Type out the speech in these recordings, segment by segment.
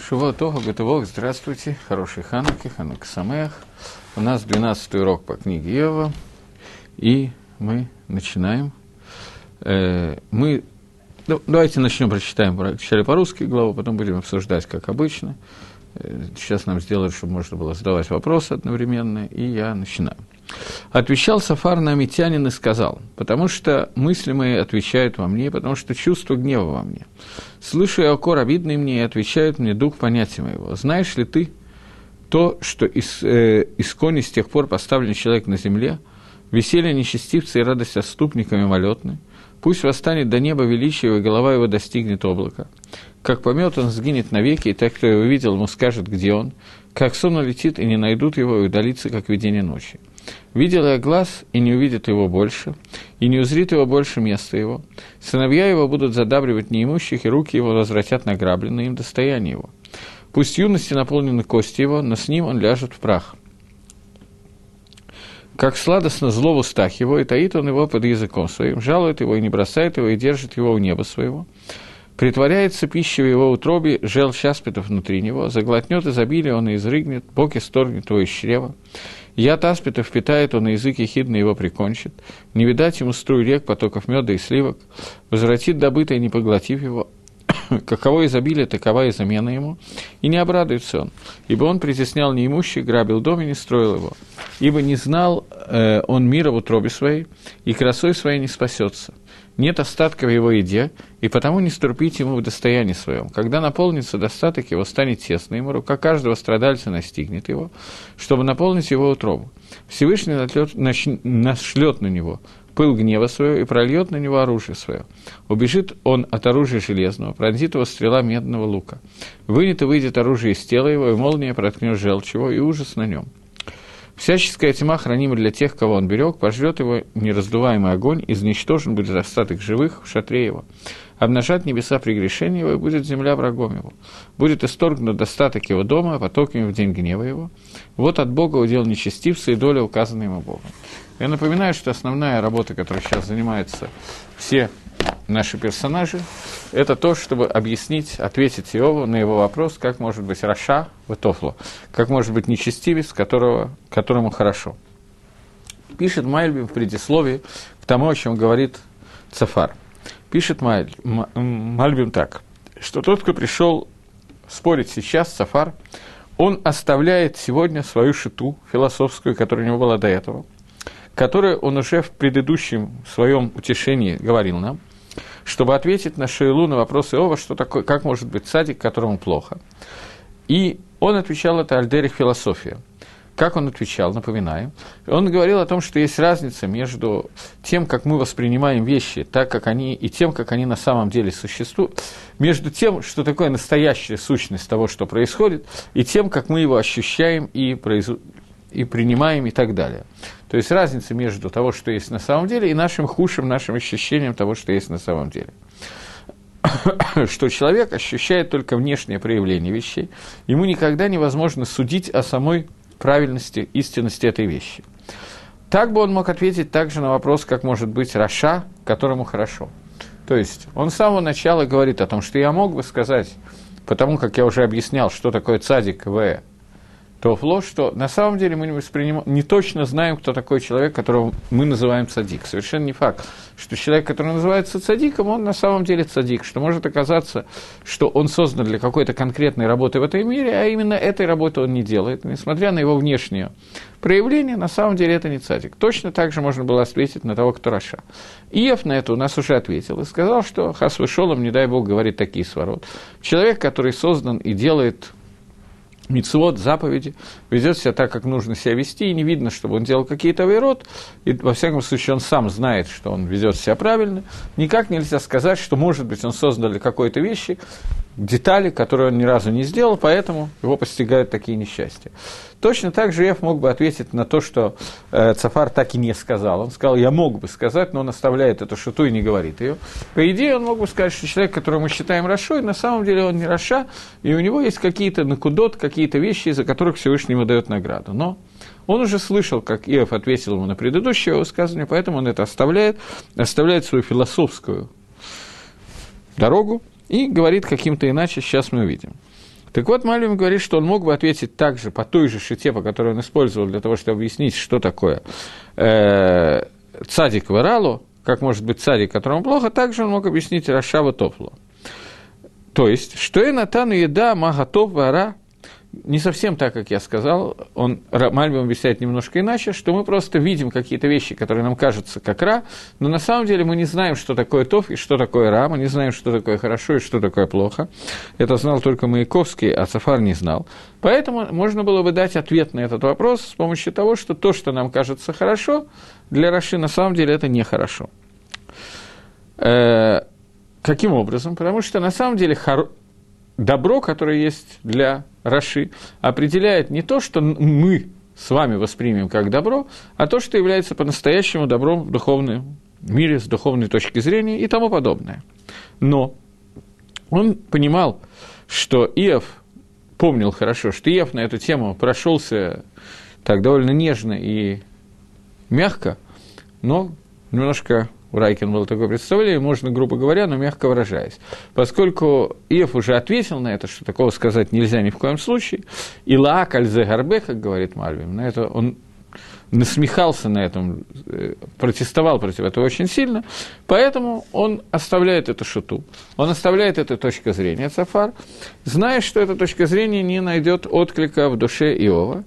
Шавуа Това, Готовок, здравствуйте, хорошей Хануки, Ханука Самеах. У нас 12-й урок по книге Иова, и мы начинаем. Давайте начнем, прочитали по-русски главу, потом будем обсуждать, как обычно. Сейчас нам сделают, чтобы можно было задавать вопросы одновременно, и я начинаю. Отвечал Софар на Амитянин и сказал: «Потому что мысли мои отвечают во мне, потому что чувство гнева во мне. Слышу я окор обидный мне, и отвечает мне дух понятия моего. Знаешь ли ты то, что искони с тех пор поставлен человек на земле, веселье нечестивца и радость отступника мимолетны? Пусть восстанет до неба величие его, и голова его достигнет облака. Как помет он сгинет навеки, и так, кто его видел, ему скажет, где он. Как сон улетит, и не найдут его, и удалится, как видение ночи. Видел я глаз, и не увидит его больше, и не узрит его больше места его. Сыновья его будут задабривать неимущих, и руки его возвратят награбленное им достояние его. Пусть юности наполнены кости его, но с ним он ляжет в прах. Как сладостно зло в устах его, и таит он его под языком своим, жалует его и не бросает его, и держит его у неба своего. Притворяется пищей в его утробе, желчь аспидов внутри него, заглотнет изобилие он и изрыгнет, Бог исторгнет его из чрева. Яд аспидов впитает он, и язык ехидный его прикончит. Не видать ему струй рек, потоков меда и сливок. Возвратит добытое, не поглотив его. Каково изобилие, такова и замена ему. И не обрадуется он, ибо он притеснял неимущих, грабил дом и не строил его. Ибо не знал он мира в утробе своей, и красой своей не спасется. Нет остатка в его еде, и потому не стурпите ему в достоянии своем. Когда наполнится достаток его, станет тесно ему, рука каждого страдальца настигнет его, чтобы наполнить его утробу. Всевышний нашлет на него пыл гнева своего и прольет на него оружие свое. Убежит он от оружия железного, пронзит его стрела медного лука. Вынет и выйдет оружие из тела его, и молния проткнет желчь его, и ужас на нем. Всяческая тьма, хранима для тех, кого он берег, пожрет его нераздуваемый огонь, изничтожен будет остаток живых в шатре его. Обнажат небеса прегрешения его, и будет земля врагом его. Будет исторгнут достаток его дома, потоками в день гнева его. Вот от Бога удел нечестивца и доля, указанная ему Богом». Я напоминаю, что основная работа, которой сейчас занимаются все наши персонажи, это то, чтобы объяснить, ответить Иову на его вопрос, как может быть раша в Тофло, как может быть нечестивец, которому хорошо. Пишет Мальбим в предисловии к тому, о чем говорит Софар. Пишет Мальбим так, что тот, кто пришел спорить сейчас, Софар, он оставляет сегодня свою шиту философскую, которая у него была до этого, которую он уже в предыдущем своем утешении говорил нам, чтобы ответить на Шейлу, на вопрос Иова, что такое, как может быть цадик, которому плохо. И он отвечал это альдерих философия. Как он отвечал, напоминаем. Он говорил о том, что есть разница между тем, как мы воспринимаем вещи, так как они, и тем, как они на самом деле существуют, между тем, что такое настоящая сущность того, что происходит, и тем, как мы его ощущаем и принимаем и так далее. То есть разница между того, что есть на самом деле, и нашим худшим, нашим ощущением того, что есть на самом деле. Что человек ощущает только внешнее проявление вещей, ему никогда невозможно судить о самой правильности, истинности этой вещи. Так бы он мог ответить также на вопрос, как может быть раша, которому хорошо. То есть он с самого начала говорит о том, что я мог бы сказать, потому как я уже объяснял, что такое цадик в Тофло, что на самом деле мы не точно знаем, кто такой человек, которого мы называем цадик. Совершенно не факт, что человек, который называется цадиком, он на самом деле цадик, что может оказаться, что он создан для какой-то конкретной работы в этом мире, а именно этой работы он не делает. Несмотря на его внешнее проявление, на самом деле это не цадик. Точно так же можно было ответить на того, кто раша. Иов на это у нас уже ответил и сказал, что хас вышолом, не дай Бог, говорит такие сворот. Человек, который создан и делает мицвот, заповеди, ведет себя так, как нужно себя вести, и не видно, чтобы он делал какие-то авейрот, и, во всяком случае, он сам знает, что он ведет себя правильно. Никак нельзя сказать, что, может быть, он создан для какой-то вещи, детали, которые он ни разу не сделал, поэтому его постигают такие несчастья. Точно так же Иов мог бы ответить на то, что Софар так и не сказал. Он сказал, я мог бы сказать, но он оставляет эту шуту и не говорит ее. По идее, он мог бы сказать, что человек, которого мы считаем рашой, на самом деле он не раша, и у него есть какие-то накудот, какие-то вещи, из-за которых Всевышний ему дает награду. Но он уже слышал, как Иов ответил ему на предыдущее высказывание, поэтому он это оставляет свою философскую дорогу и говорит каким-то иначе, сейчас мы увидим. Так вот, Мальбим говорит, что он мог бы ответить также по той же шите, по которой он использовал для того, чтобы объяснить, что такое цадик варалу, как может быть цадик, которому плохо, также он мог объяснить рашава тофлу. То есть, что и натану еда магатов вара, не совсем так, как я сказал, Мальбим объясняет немножко иначе, что мы просто видим какие-то вещи, которые нам кажутся как ра, но на самом деле мы не знаем, что такое тов и что такое ра, мы не знаем, что такое хорошо и что такое плохо. Это знал только Маяковский, а Цафар не знал. Поэтому можно было бы дать ответ на этот вопрос с помощью того, что то, что нам кажется хорошо, для Раши на самом деле это нехорошо. Каким образом? Потому что на самом деле добро, которое есть для Раши, определяет не то, что мы с вами воспримем как добро, а то, что является по-настоящему добром в духовном мире, с духовной точки зрения и тому подобное. Но он понимал, что Иов, помнил хорошо, что Иов на эту тему прошелся так довольно нежно и мягко, но немножко у Райкина было такое представление, можно, грубо говоря, но мягко выражаясь. Поскольку Иов уже ответил на это, что такого сказать нельзя ни в коем случае, и лаак аль-зе гарбе, как говорит Мальбим, на это он насмехался на этом, протестовал против этого очень сильно, поэтому он оставляет эту шуту, он оставляет эту точку зрения Цафар, зная, что эта точка зрения не найдет отклика в душе Иова,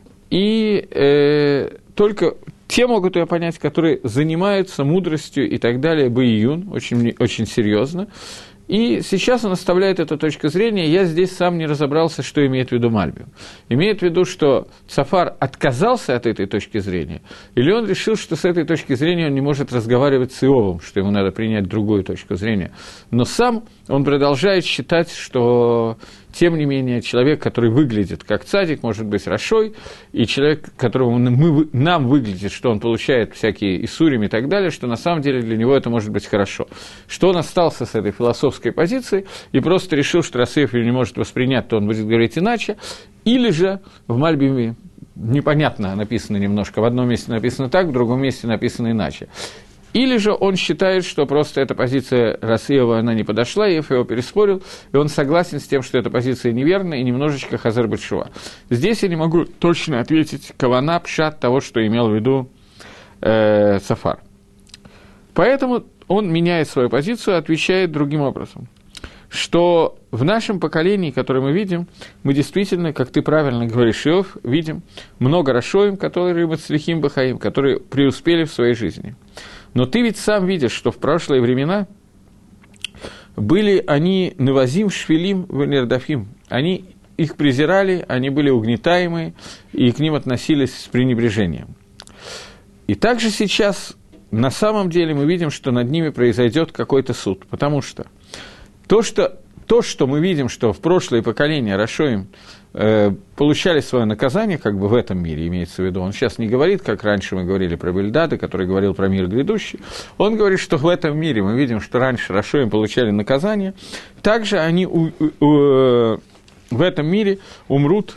и только те могут ее понять, которые занимаются мудростью и так далее, баиюн, очень, очень серьезно. И сейчас он оставляет эту точку зрения. Я здесь сам не разобрался, что имеет в виду Мальбим. Имеет в виду, что Цафар отказался от этой точки зрения, или он решил, что с этой точки зрения он не может разговаривать с Иовом, что ему надо принять другую точку зрения. Но сам он продолжает считать, что, тем не менее, человек, который выглядит как цадик, может быть рашой, и человек, которому нам выглядит, что он получает всякие иссурим и так далее, что на самом деле для него это может быть хорошо. Что он остался с этой философской позиции и просто решил, что раз Иов не может воспринять, то он будет говорить иначе, или же в Мальбиме непонятно написано немножко, в одном месте написано так, в другом месте написано иначе. Или же он считает, что просто эта позиция Иова, она не подошла, Иов его переспорил, и он согласен с тем, что эта позиция неверна, и немножечко хазар бет-шува. Здесь я не могу точно ответить кавана, пшат того, что имел в виду Цафар. Поэтому он меняет свою позицию, отвечает другим образом, что в нашем поколении, которое мы видим, мы действительно, как ты правильно говоришь, Иов, видим много рашоим, которые мацлихим бахаим, которые преуспели в своей жизни. Но ты ведь сам видишь, что в прошлые времена были они навазим, швелим, венердафим. Они их презирали, они были угнетаемые, и к ним относились с пренебрежением. И также сейчас на самом деле мы видим, что над ними произойдет какой-то суд, потому что то, что мы видим, что в прошлые поколения рашоим получали свое наказание, как бы в этом мире, имеется в виду. Он сейчас не говорит, как раньше мы говорили про Бельдада, который говорил про мир грядущий. Он говорит, что в этом мире мы видим, что раньше рашоим получали наказание. Также они в этом мире умрут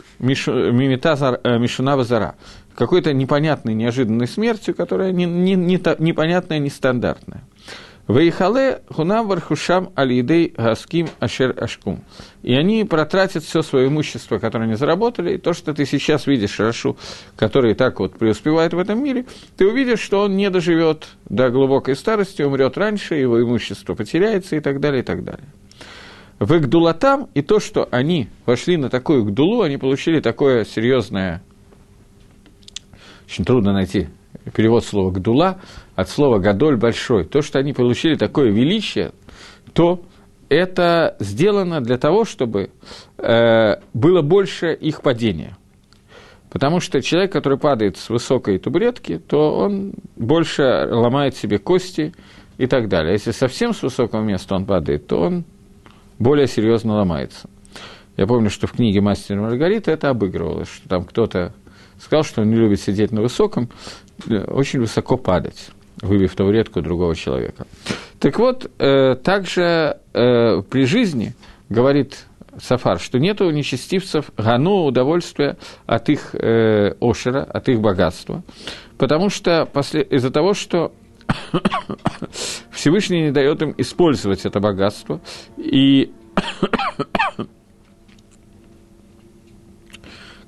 Мишуна Вазара, какой-то непонятной, неожиданной смертью, которая непонятная, нестандартная. «Ваихале хунам вархушам алидей гаским ашер ашкум». И они протратят все свое имущество, которое они заработали, и то, что ты сейчас видишь Рашу, который так вот преуспевает в этом мире, ты увидишь, что он не доживет до глубокой старости, умрет раньше, его имущество потеряется и так далее, и так далее. В Гдулатам и то, что они вошли на такую Гдулу, они получили такое серьезное, очень трудно найти перевод слова «гдула» от слова «гадоль» – «большой». То, что они получили такое величие, то это сделано для того, чтобы было больше их падения. Потому что человек, который падает с высокой табуретки, то он больше ломает себе кости и так далее. Если совсем с высокого места он падает, то он более серьезно ломается. Я помню, что в книге «Мастер и Маргарита» это обыгрывалось, что там кто-то сказал, что он не любит сидеть на высоком, очень высоко падать, выбив табуретку другого человека. Так вот, также при жизни, говорит Цафар, что нет у нечестивцев гану, удовольствия от их ошера, от их богатства, потому что из-за того, что Всевышний не дает им использовать это богатство, и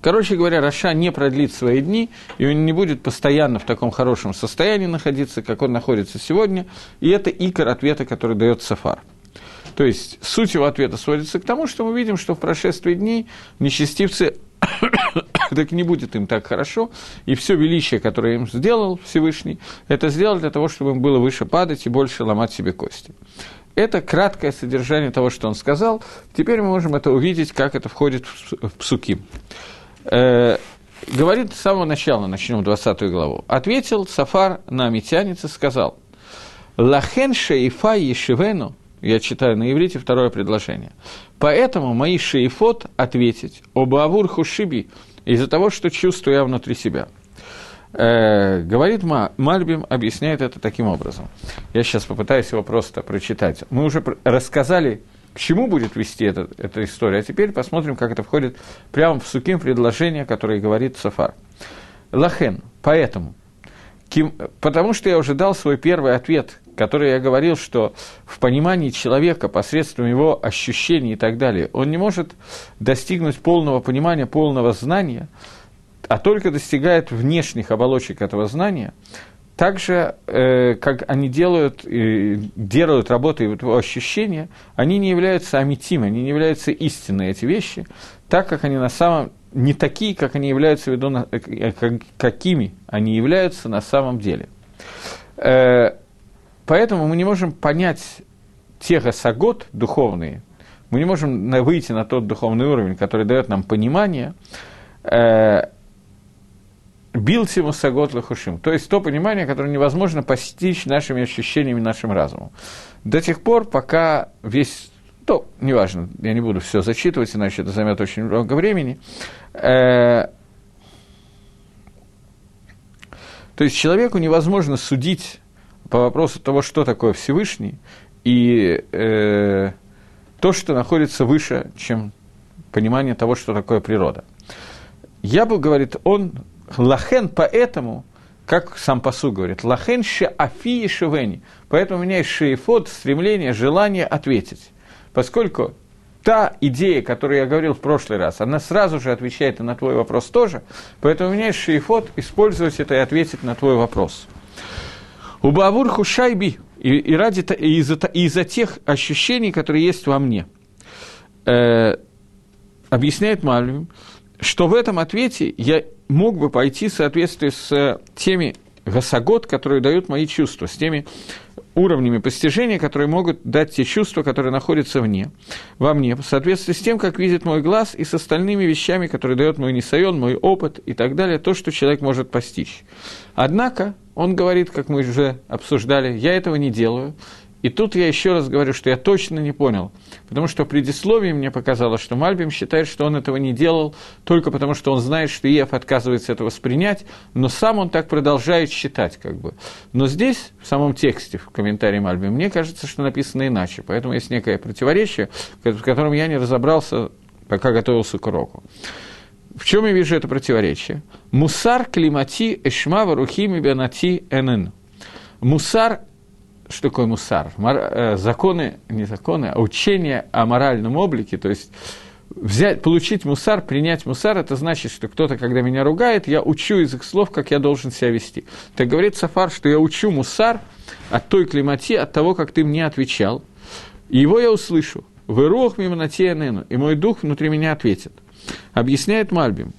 Короче говоря, Раша не продлит свои дни, и он не будет постоянно в таком хорошем состоянии находиться, как он находится сегодня, и это икор ответа, который дает Софар. То есть, суть его ответа сводится к тому, что мы видим, что в прошествии дней нечестивцы так не будет им так хорошо, и все величие, которое им сделал Всевышний, это сделал для того, чтобы им было выше падать и больше ломать себе кости. Это краткое содержание того, что он сказал. Теперь мы можем это увидеть, как это входит в псуким. Говорит с самого начала, начнем 20 главу. Ответил Софар на амитянец и сказал: «Лахен шеифа ешивену». Я читаю на иврите второе предложение. «Поэтому мои шеифот ответить об авур хушиби, из-за того, что чувствую я внутри себя». Говорит Мальбим, объясняет это таким образом. Я сейчас попытаюсь его просто прочитать. Мы уже рассказали, к чему будет вести эта история, а теперь посмотрим, как это входит прямо в псуким предложение, которое говорит Софар. «Лахен, поэтому». Потому что я уже дал свой первый ответ, который я говорил, что в понимании человека, посредством его ощущений и так далее, он не может достигнуть полного понимания, полного знания, а только достигает внешних оболочек этого знания, так же, как они делают работу и его ощущения, они не являются амитим, они не являются истинной, эти вещи, так как они на самом не такие, как они являются в виду, какими они являются на самом деле. Поэтому мы не можем понять те гасагот духовные, мы не можем выйти на тот духовный уровень, который дает нам понимание, билтиму сагот лахушим, то есть то понимание, которое невозможно постичь нашими ощущениями, нашим разумом. До тех пор, пока весь... неважно, я не буду все зачитывать, иначе это займет очень много времени. То есть человеку невозможно судить по вопросу того, что такое Всевышний, и то, что находится выше, чем понимание того, что такое природа. Я бы, говорит он, лахен, поэтому, как сам пасук говорит, лахен ше афи и шевени, поэтому у меня есть шеифот, стремление, желание ответить. Поскольку та идея, которую я говорил в прошлый раз, она сразу же отвечает и на твой вопрос тоже, поэтому у меня есть шеифот использовать это и ответить на твой вопрос. Убавур хушайби, из-за тех ощущений, которые есть во мне, объясняет Мальбим, что в этом ответе я мог бы пойти в соответствии с теми гасагот, которые дают мои чувства, с теми уровнями постижения, которые могут дать те чувства, которые находятся во мне, в соответствии с тем, как видит мой глаз, и с остальными вещами, которые дает мой нисайон, мой опыт и так далее, то, что человек может постичь. Однако, он говорит, как мы уже обсуждали, я этого не делаю. И тут я еще раз говорю, что я точно не понял, потому что в предисловии мне показалось, что Мальбим считает, что он этого не делал только потому, что он знает, что Иов отказывается это воспринять, но сам он так продолжает считать, как бы. Но здесь, в самом тексте, в комментарии Мальбим, мне кажется, что написано иначе, поэтому есть некое противоречие, в котором я не разобрался, пока готовился к уроку. В чем я вижу это противоречие? Мусар климати эшма варухими бенати энен. Мусар. Что такое мусар? Законы, не законы, а учение о моральном облике, то есть получить мусар, принять мусар, это значит, что кто-то, когда меня ругает, я учу из их слов, как я должен себя вести. Так говорит Софар, что я учу мусар от той климати, от того, как ты мне отвечал, и его я услышу. «Вэрух мимо натея нену», и мой дух внутри меня ответит. Объясняет Мальбим.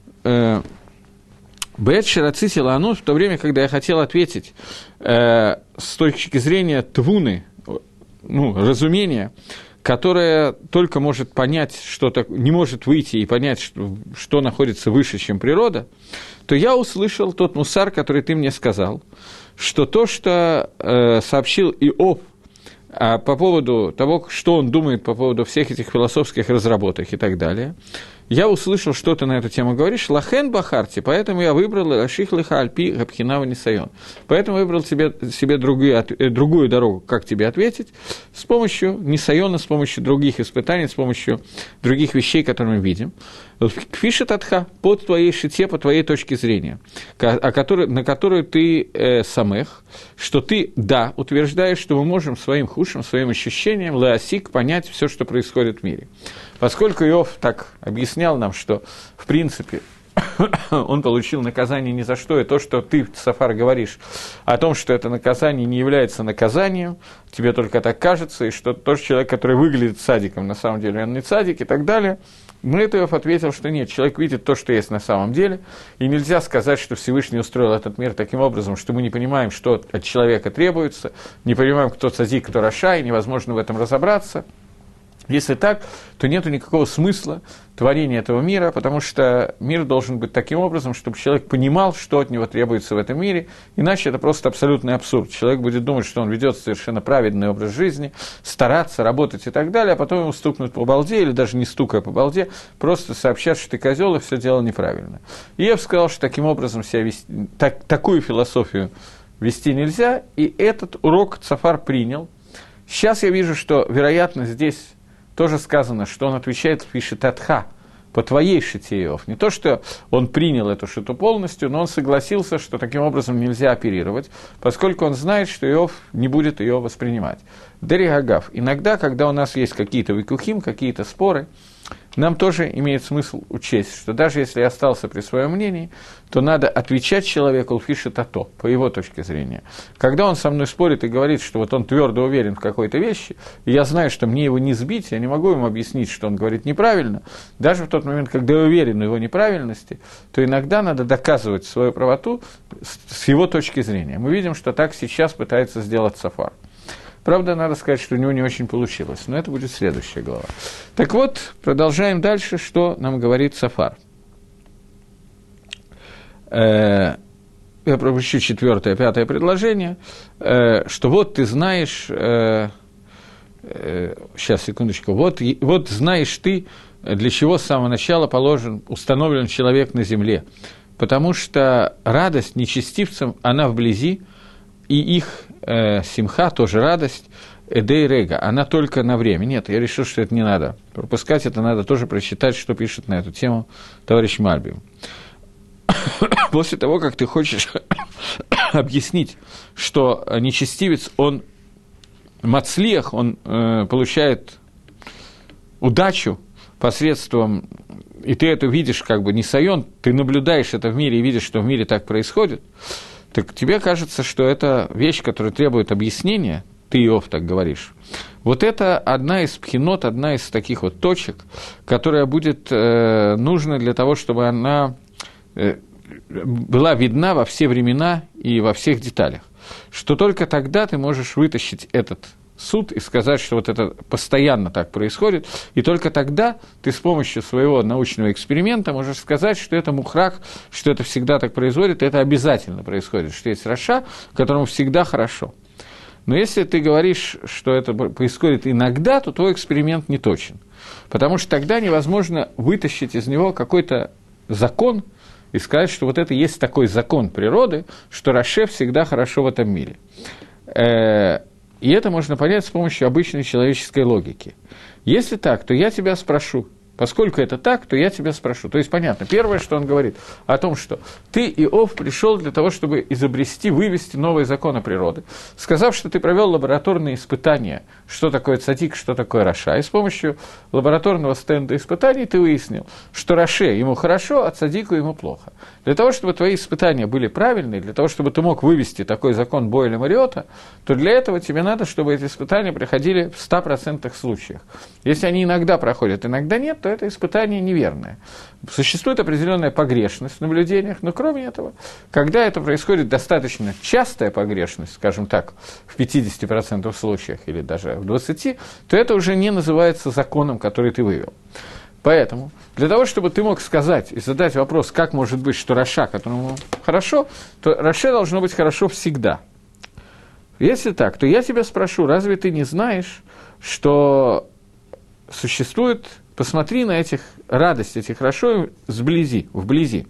Бэт ширацити лаанут, в то время, когда я хотел ответить с точки зрения твуны, разумения, которое только может понять, не может выйти и понять, что находится выше, чем природа, то я услышал тот мусар, который ты мне сказал, что то, что сообщил Иов по поводу того, что он думает по поводу всех этих философских разработок и так далее, я услышал, что ты на эту тему говоришь, лахен бахарти, поэтому я выбрал лаших лиха альпи габхинава нисайон. Поэтому выбрал себе другую дорогу, как тебе ответить, с помощью нисайона, с помощью других испытаний, с помощью других вещей, которые мы видим. Кфишет атха, под твоей шите, по твоей точке зрения, на которую ты самех, что ты, да, утверждаешь, что мы можем своим худшим, своим ощущением, леосик, понять все, что происходит в мире. Поскольку Иов так объясняет, объяснял нам, что, в принципе, он получил наказание ни за что, и то, что ты, Сафар, говоришь о том, что это наказание не является наказанием, тебе только так кажется, и что тот человек, который выглядит цадиком, на самом деле он не цадик, и так далее. Млетуев ответил, что нет, человек видит то, что есть на самом деле, и нельзя сказать, что Всевышний устроил этот мир таким образом, что мы не понимаем, что от человека требуется, не понимаем, кто цадик, кто раша, и невозможно в этом разобраться. Если так, то нет никакого смысла творения этого мира, потому что мир должен быть таким образом, чтобы человек понимал, что от него требуется в этом мире, иначе это просто абсолютный абсурд. Человек будет думать, что он ведет совершенно праведный образ жизни, стараться, работать и так далее, а потом ему стукнут по балде, или даже не стукая по балде, просто сообщат, что ты козел, и все дело неправильно. И я бы сказал, что таким образом себя вести, такую философию вести нельзя, и этот урок Цафар принял. Сейчас я вижу, что, вероятно, здесь тоже сказано, что он отвечает в шитатха, по твоей шите, Иов. Не то, что он принял эту шиту полностью, но он согласился, что таким образом нельзя оперировать, поскольку он знает, что Иов не будет ее воспринимать. Дери Гагав. Иногда, когда у нас есть какие-то викухим, какие-то споры, нам тоже имеет смысл учесть, что даже если я остался при своем мнении, то надо отвечать человеку лфиши тато, по его точке зрения. Когда он со мной спорит и говорит, что вот он твердо уверен в какой-то вещи, и я знаю, что мне его не сбить, я не могу ему объяснить, что он говорит неправильно, даже в тот момент, когда я уверен в его неправильности, то иногда надо доказывать свою правоту с его точки зрения. Мы видим, что так сейчас пытается сделать Цафар. Правда, надо сказать, что у него не очень получилось, но это будет следующая глава. Так вот, продолжаем дальше, что нам говорит Цафар. Я пропущу 4-е, 5-е предложение, что вот ты знаешь, сейчас, секундочку, вот знаешь ты, для чего с самого начала установлен человек на земле, потому что радость нечестивцам, она вблизи, и их симха, тоже радость, эдей рега, она только на время. Нет, я решил, что это не надо пропускать, это надо тоже прочитать, что пишет на эту тему товарищ Мальбим. После того, как ты хочешь объяснить, что нечестивец, он мацлиях, он получает удачу посредством, и ты это видишь как бы не сайон, ты наблюдаешь это в мире и видишь, что в мире так происходит, так тебе кажется, что это вещь, которая требует объяснения, ты, Иов, так говоришь. Вот это одна из пхинот, одна из таких вот точек, которая будет нужна для того, чтобы она была видна во все времена и во всех деталях. Что только тогда ты можешь вытащить этот суд и сказать, что вот это постоянно так происходит, и только тогда ты с помощью своего научного эксперимента можешь сказать, что это мухрак, что это всегда так происходит, это обязательно происходит, что есть раша, которому всегда хорошо. Но если ты говоришь, что это происходит иногда, то твой эксперимент не точен, потому что тогда невозможно вытащить из него какой-то закон и сказать, что вот это есть такой закон природы, что раше всегда хорошо в этом мире. И это можно понять с помощью обычной человеческой логики. Если так, то я тебя спрошу. Поскольку это так, то я тебя спрошу. То есть, понятно, первое, что он говорит, о том, что ты, Иов, пришел для того, чтобы изобрести, вывести новые законы природы, сказав, что ты провел лабораторные испытания, что такое цадик, что такое раша. И с помощью лабораторного стенда испытаний ты выяснил, что раше ему хорошо, а цадику ему плохо. Для того, чтобы твои испытания были правильные, для того, чтобы ты мог вывести такой закон Бойля Мариота, то для этого тебе надо, чтобы эти испытания проходили в 100% случаях. Если они иногда проходят, иногда нет, то это испытание неверное. Существует определенная погрешность в наблюдениях, но кроме этого, когда это происходит достаточно частая погрешность, скажем так, в 50% случаях или даже в 20%, то это уже не называется законом, который ты вывел. Поэтому, для того, чтобы ты мог сказать и задать вопрос, как может быть, что раша, которому хорошо, то раше должно быть хорошо всегда. Если так, то я тебя спрошу, разве ты не знаешь, что существует, посмотри на радость этих хорошо вблизи.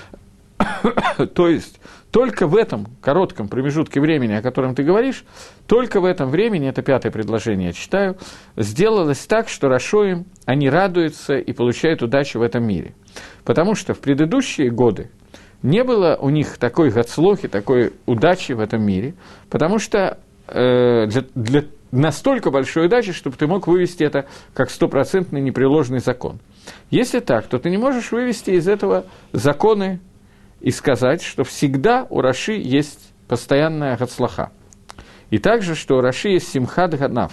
То есть, только в этом коротком промежутке времени, о котором ты говоришь, только в этом времени, это 5-е предложение я читаю, сделалось так, что рашоим, они радуются и получают удачу в этом мире. Потому что в предыдущие годы не было у них такой гацлохи, такой удачи в этом мире, потому что для настолько большой удачи, чтобы ты мог вывести это как стопроцентный непреложный закон. Если так, то ты не можешь вывести из этого законы и сказать, что всегда у Раши есть постоянная гацлаха. И также, что у Раши есть симхат ганав.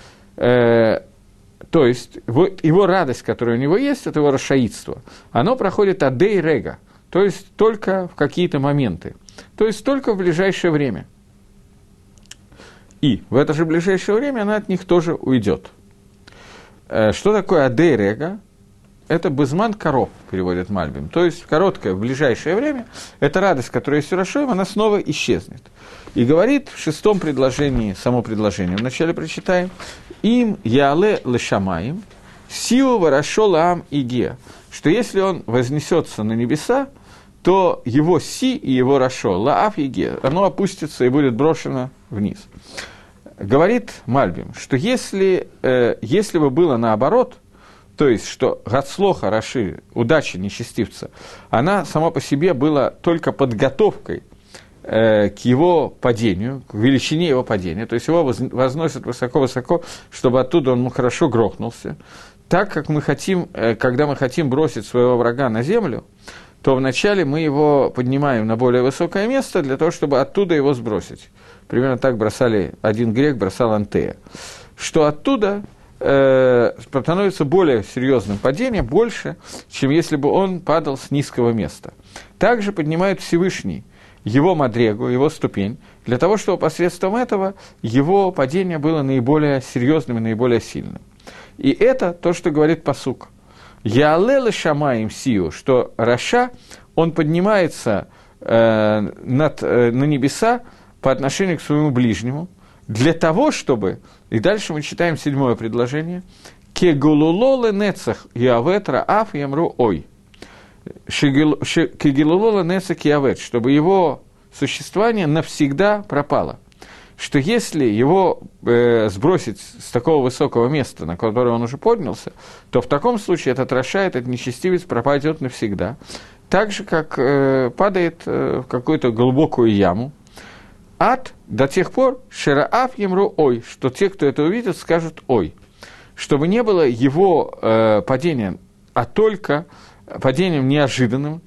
То есть его радость, которая у него есть, это его рашаидство. Оно проходит адей рега, то есть только в какие-то моменты, то есть только в ближайшее время. И в это же ближайшее время она от них тоже уйдет. Что такое адей рега? Это безман коров, переводит Мальбим. То есть в короткое, в ближайшее время, эта радость, которая есть у Рашоим, она снова исчезнет. И говорит в 6 предложении, само предложение, вначале прочитаем, «Им яле лешамаим, сиу варашо лаам иге», что если он вознесется на небеса, то его си и его рашо, лаав иге, оно опустится и будет брошено вниз. Говорит Мальбим, что если бы было наоборот, то есть, что гацлоха Раши, удача нечестивца, она сама по себе была только подготовкой к его падению, к величине его падения, то есть его возносят высоко-высоко, чтобы оттуда он хорошо грохнулся. Так как мы хотим, когда мы хотим бросить своего врага на землю, то вначале мы его поднимаем на более высокое место для того, чтобы оттуда его сбросить. Примерно так один грек бросал Антея. Что оттуда становится более серьезным падением, больше, чем если бы он падал с низкого места. Также поднимает Всевышний его мадрегу, его ступень, для того, чтобы посредством этого его падение было наиболее серьезным и наиболее сильным. И это то, что говорит пасук. «Яалеле шамаим сию», что Раша, он поднимается на небеса по отношению к своему ближнему, для того, чтобы, и дальше мы читаем 7 предложение, «Кегулулоле нецах явет раав ямру ой». «Кегулулоле нецах явет», чтобы его существование навсегда пропало. Что если его сбросить с такого высокого места, на которое он уже поднялся, то в таком случае этот Раша, этот нечестивец пропадет навсегда. Так же, как падает в какую-то глубокую яму, ад до тех пор, шераав емру ой, что те, кто это увидит, скажут ой. Чтобы не было его падения, а только падением неожиданным,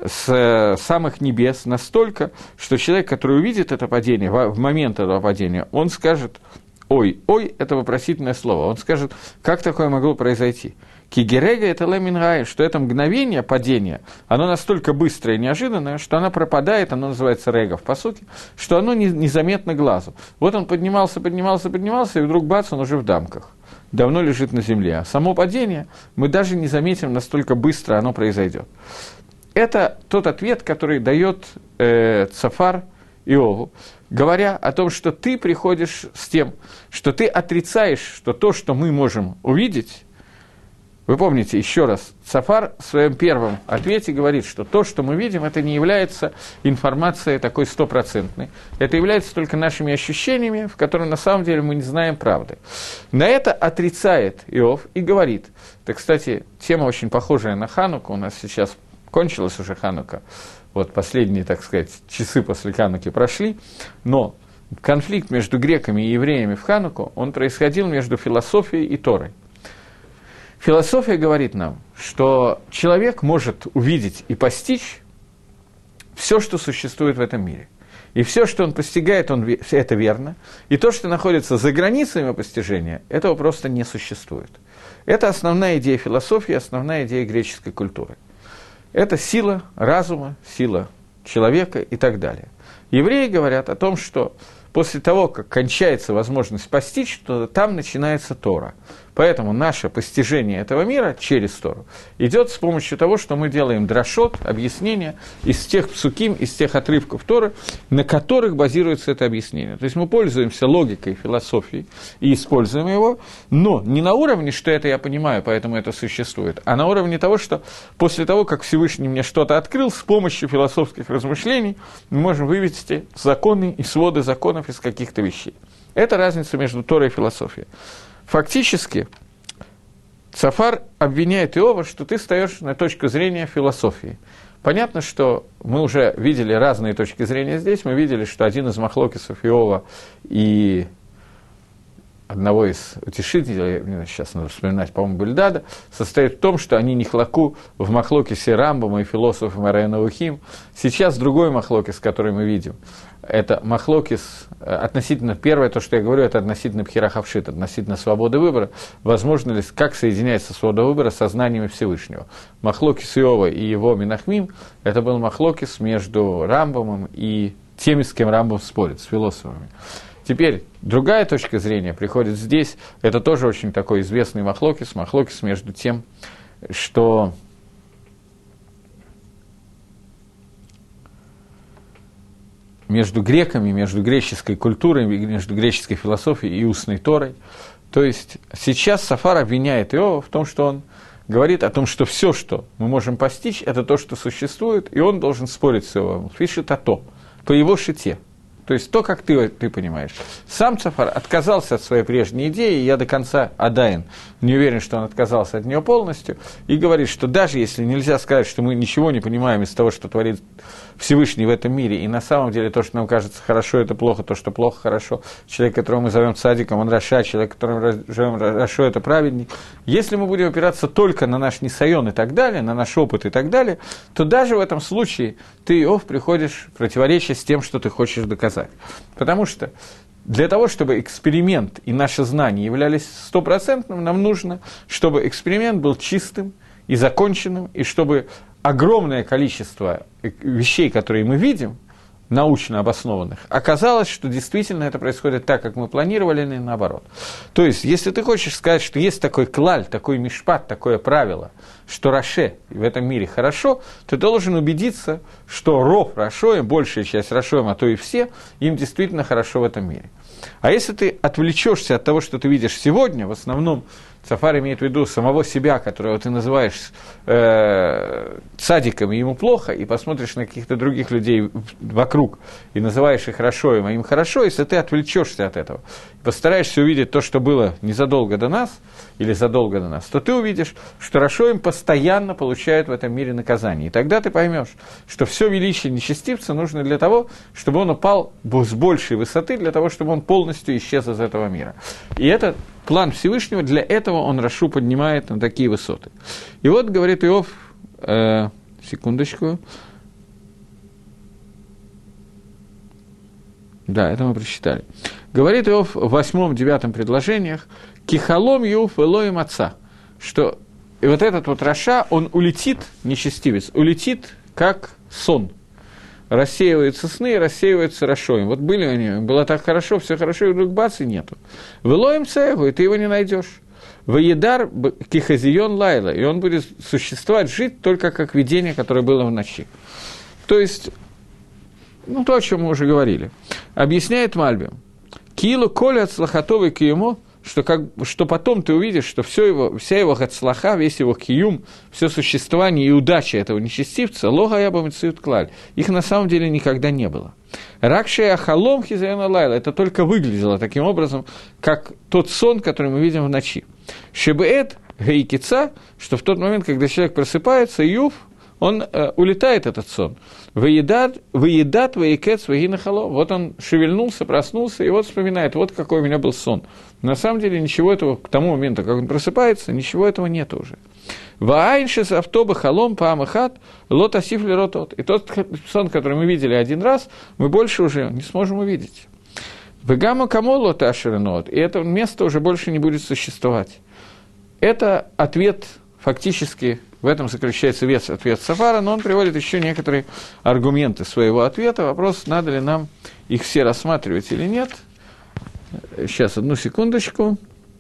с самых небес, настолько, что человек, который увидит это падение, в момент этого падения, он скажет ой, ой, это вопросительное слово, он скажет, как такое могло произойти. Кигерега – это лемингай, что это мгновение падения, оно настолько быстрое и неожиданное, что оно пропадает, оно называется рега в пасуке, что оно незаметно глазу. Вот он поднимался, и вдруг бац, он уже в дамках, давно лежит на земле. А само падение мы даже не заметим, настолько быстро оно произойдет. Это тот ответ, который дает Цафар Иову, говоря о том, что ты приходишь с тем, что ты отрицаешь, что то, что мы можем увидеть. Вы помните, еще раз, Цафар в своем первом ответе говорит, что то, что мы видим, это не является информацией такой стопроцентной. Это является только нашими ощущениями, в которых на самом деле мы не знаем правды. На это отрицает Иов и говорит. Это, кстати, тема очень похожая на Хануку, у нас сейчас кончилась уже Ханука, вот последние, так сказать, часы после Хануки прошли, но конфликт между греками и евреями в Хануку, он происходил между философией и Торой. Философия говорит нам, что человек может увидеть и постичь все, что существует в этом мире. И все, что он постигает, это верно. И то, что находится за границами постижения, этого просто не существует. Это основная идея философии, основная идея греческой культуры. Это сила разума, сила человека и так далее. Евреи говорят о том, что после того, как кончается возможность постичь, то там начинается Тора. Поэтому наше постижение этого мира через Тору идет с помощью того, что мы делаем драшот, объяснения из тех псуким, из тех отрывков Торы, на которых базируется это объяснение. То есть мы пользуемся логикой, философией и используем его, но не на уровне, что это я понимаю, поэтому это существует, а на уровне того, что после того, как Всевышний мне что-то открыл, с помощью философских размышлений мы можем вывести законы и своды законов из каких-то вещей. Это разница между Торой и философией. Фактически, Цафар обвиняет Иова, что ты встаешь на точку зрения философии. Понятно, что мы уже видели разные точки зрения здесь. Мы видели, что один из махлокисов Иова и одного из утешителей, сейчас надо вспоминать, по-моему, Бельдада, состоит в том, что они не хлаку в махлокисе Рамбама и философом Араэна-Ухим. Сейчас другой махлокис, который мы видим, это махлокис относительно, первое, то, что я говорю, это относительно пхирахавшит, относительно свободы выбора, возможно ли, как соединяется свобода выбора со знаниями Всевышнего. Махлокис Иова и его Минахмим, это был махлокис между Рамбамом и теми, с кем Рамбам спорит, с философами. Теперь другая точка зрения приходит здесь, это тоже очень такой известный махлокис между тем, что между греками, между греческой культурой, между греческой философией и устной Торой. То есть сейчас Сафар обвиняет Иова в том, что он говорит о том, что все, что мы можем постичь, это то, что существует, и он должен спорить с Иовом. Пишет по его шите. То есть то, как ты понимаешь. Сам Сафар отказался от своей прежней идеи, и я до конца Адайн не уверен, что он отказался от нее полностью, и говорит, что даже если нельзя сказать, что мы ничего не понимаем из того, что творит Всевышний в этом мире, и на самом деле то, что нам кажется хорошо, это плохо, то, что плохо, хорошо. Человек, которого мы зовем цадиком, он раша, человек, которого мы зовем рашо, это праведник. Если мы будем опираться только на наш нисайон и так далее, на наш опыт и так далее, то даже в этом случае ты, Иов, приходишь в противоречие с тем, что ты хочешь доказать. Потому что для того, чтобы эксперимент и наше знание являлись стопроцентным, нам нужно, чтобы эксперимент был чистым и законченным, и чтобы огромное количество вещей, которые мы видим, научно обоснованных, оказалось, что действительно это происходит так, как мы планировали, или наоборот. То есть, если ты хочешь сказать, что есть такой клаль, такой мишпат, такое правило, что раше в этом мире хорошо, ты должен убедиться, что ров рашоем, большая часть рашоем, а то и все, им действительно хорошо в этом мире. А если ты отвлечешься от того, что ты видишь сегодня, в основном Сафар имеет в виду самого себя, которого ты называешь цадиком, и ему плохо, и посмотришь на каких-то других людей вокруг, и называешь их рашоем, а им хорошо, если ты отвлечешься от этого, и постараешься увидеть то, что было незадолго до нас, или задолго до нас, то ты увидишь, что рашоим постоянно получают в этом мире наказание. И тогда ты поймешь, что все величие нечестивца нужно для того, чтобы он упал с большей высоты, для того, чтобы он полностью исчез из этого мира. И это план Всевышнего, для этого он рашу поднимает на такие высоты. И вот, говорит Иов, секундочку, да, это мы прочитали. Говорит Иов в 8-9 предложениях, «Кихалом Иов Элоим Отца», что и вот этот вот раша, он улетит, нечестивец, улетит как сон. Рассеиваются сны, рассеиваются рашоем. Вот были у него, было так хорошо, все хорошо, и вдруг бац, и нету. Вылоем цегу, и ты его не найдешь. Ваедар кихазион лайла, и он будет существовать, жить только как видение, которое было в ночи. То есть, то, о чем мы уже говорили. Объясняет Мальбим. Килу коля от слахатовой киему, что потом ты увидишь, что вся его хацлаха, весь его киюм, все существование и удача этого нечестивца, лога яба мецают клаль, их на самом деле никогда не было. Ракшея халом хизайона лайла, это только выглядело таким образом, как тот сон, который мы видим в ночи. Шебеэт гейкица, что в тот момент, когда человек просыпается, Иов, он улетает, этот сон. Выедат, выекет, свагинахало. Вот он шевельнулся, проснулся, и вот вспоминает, вот какой у меня был сон. На самом деле ничего этого, к тому моменту, как он просыпается, ничего этого нет уже. Ваайншис автоба халом паамахат лот асифли ротот. И тот сон, который мы видели один раз, мы больше уже не сможем увидеть. Вегама камоло ташеренот. И это место уже больше не будет существовать. Это ответ фактически. В этом заключается весь ответ Сафара, но он приводит еще некоторые аргументы своего ответа. Вопрос, надо ли нам их все рассматривать или нет. Сейчас, одну секундочку.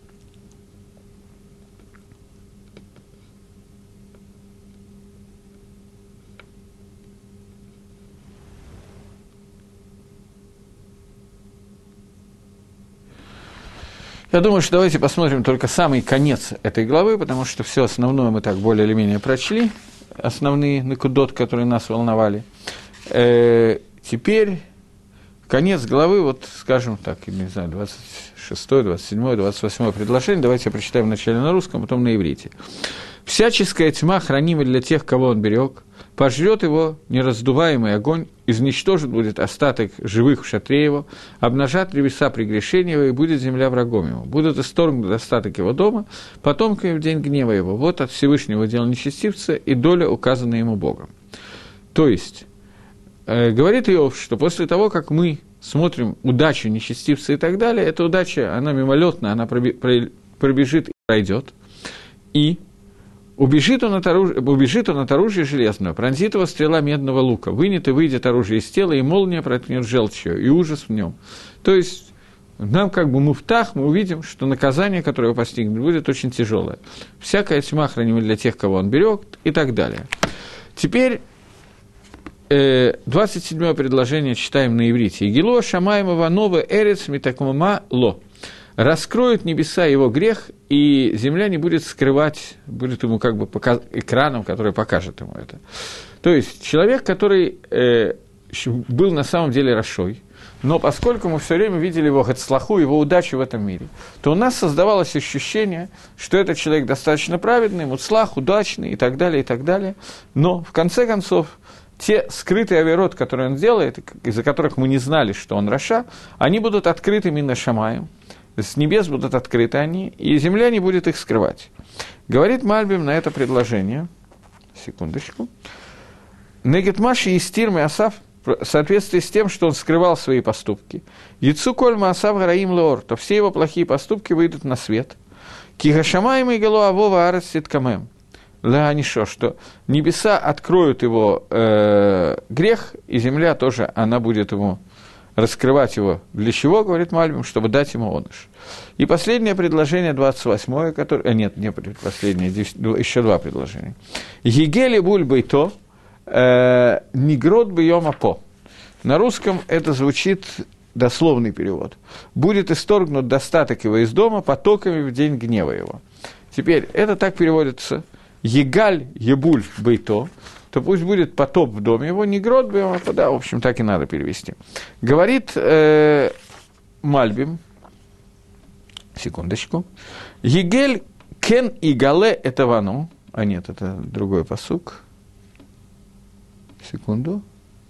Я думаю, что давайте посмотрим только самый конец этой главы, потому что все основное мы так более или менее прочли, основные накудот, которые нас волновали. Теперь конец главы, вот скажем так, не знаю, 26, 27, 28 предложение, давайте прочитаем вначале на русском, потом на иврите. «Всяческая тьма хранима для тех, кого он берег, пожрет его нераздуваемый огонь, изничтожит будет остаток живых в шатре его, обнажат древеса прегрешения его, и будет земля врагом ему. Будут исторгнут остаток его дома, потомками в день гнева его. Вот от Всевышнего дел нечестивца и доля, указанная ему Богом. То есть, говорит Иов, что после того, как мы смотрим удачу нечестивца и так далее, эта удача, она мимолетна, она пробежит и пройдет, и убежит он от оружия железного, пронзит его стрела медного лука, вынет и выйдет оружие из тела, и молния проткнет желчью, и ужас в нем. То есть, нам как бы муфтах, мы увидим, что наказание, которое его постигнет, будет очень тяжелое. Всякая тьма хранима для тех, кого он берег, и так далее. Теперь 27-е предложение читаем на иврите. «Игило шамаем иванова эрец митакмума ло». Раскроют небеса его грех, и земля не будет скрывать, будет ему как бы экраном, который покажет ему это. То есть человек, который был на самом деле рашой, но поскольку мы все время видели его гацлаху, его удачу в этом мире, то у нас создавалось ощущение, что этот человек достаточно праведный, муцлах, удачный и так далее, но в конце концов те скрытые авирот, которые он делает, из-за которых мы не знали, что он раша, они будут открыты мина шамаем, с небес будут открыты они, и земля не будет их скрывать. Говорит Мальбим на это предложение, секундочку, «Негет Маши и Стир Асав», в соответствии с тем, что он скрывал свои поступки, «Яцу коль Маасав Гараим Леор», то все его плохие поступки выйдут на свет, «Кигашамаем и Галу Авова Арец Ситкамем», Леонишо, что небеса откроют его грех, и земля тоже, она будет ему раскрывать его. Для чего, говорит Мальбим, чтобы дать ему оныш. И последнее предложение, 28-е, которое... Нет, не последнее, еще два предложения. «Егели буль бейто, нигрот бьем апо». На русском это звучит дословный перевод. «Будет исторгнут достаток его из дома потоками в день гнева его». Теперь, это так переводится... «Егаль ебуль бейто», то пусть будет потоп в доме его, не грот бы, да, в общем, так и надо перевести. Говорит Мальбим, секундочку, «Егель кен и гале это вану», а нет, это другой пасук, секунду,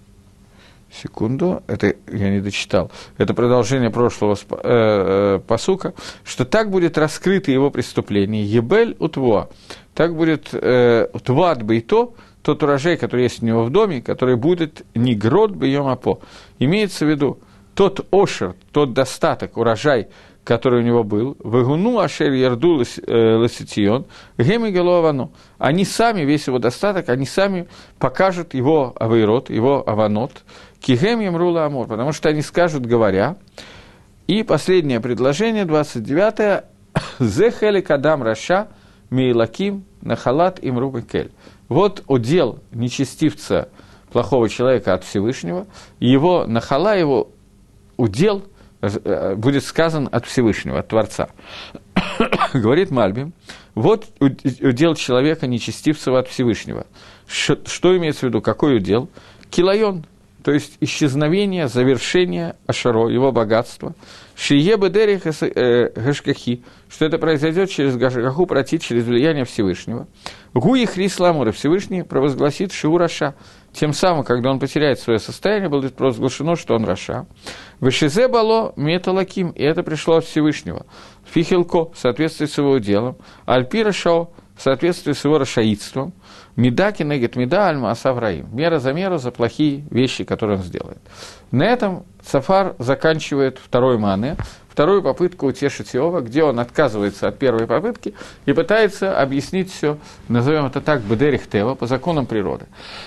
это я не дочитал, это продолжение прошлого пасука, что так будет раскрыто его преступление, «Ебель утва», так будет «Тват бейто», тот урожай, который есть у него в доме, который будет не грот бьем апо. Имеется в виду тот ошер, тот достаток, урожай, который у него был, вегуну ашер ярду ласитион, геми головану. Они сами, весь его достаток, они сами покажут его авейрот, его аванот, кигем ямрула амор, потому что они скажут, говоря. И последнее предложение, 29-е, зехели кадам раша мейлаким нахалат имрубы кель. Вот удел нечестивца, плохого человека от Всевышнего, его нахала, его удел будет сказан от Всевышнего, от Творца. Говорит Мальбим, вот удел человека нечестивца от Всевышнего. Что имеется в виду, какой удел? Килайон, то есть исчезновение, завершение Ашаро, его богатства. Шие бедерих гашкахи, что это произойдет через гашкаху, пройти через влияние Всевышнего. Гуи хрис ламура, Всевышний провозгласит шиу раша. Тем самым, когда он потеряет свое состояние, будет провозглашено, что он раша. Вешизе бало металаким, и это пришло от Всевышнего. Фихилко, в соответствии с его делом. Альпира шао, в соответствии с его рашаидством. Меда кенегет меда альма асавраим. Мера за меру за плохие вещи, которые он сделает. На этом Цафар заканчивает второй мане, вторую попытку утешить Иова, где он отказывается от первой попытки и пытается объяснить все, назовем это так, бедерих тева, по законам природы.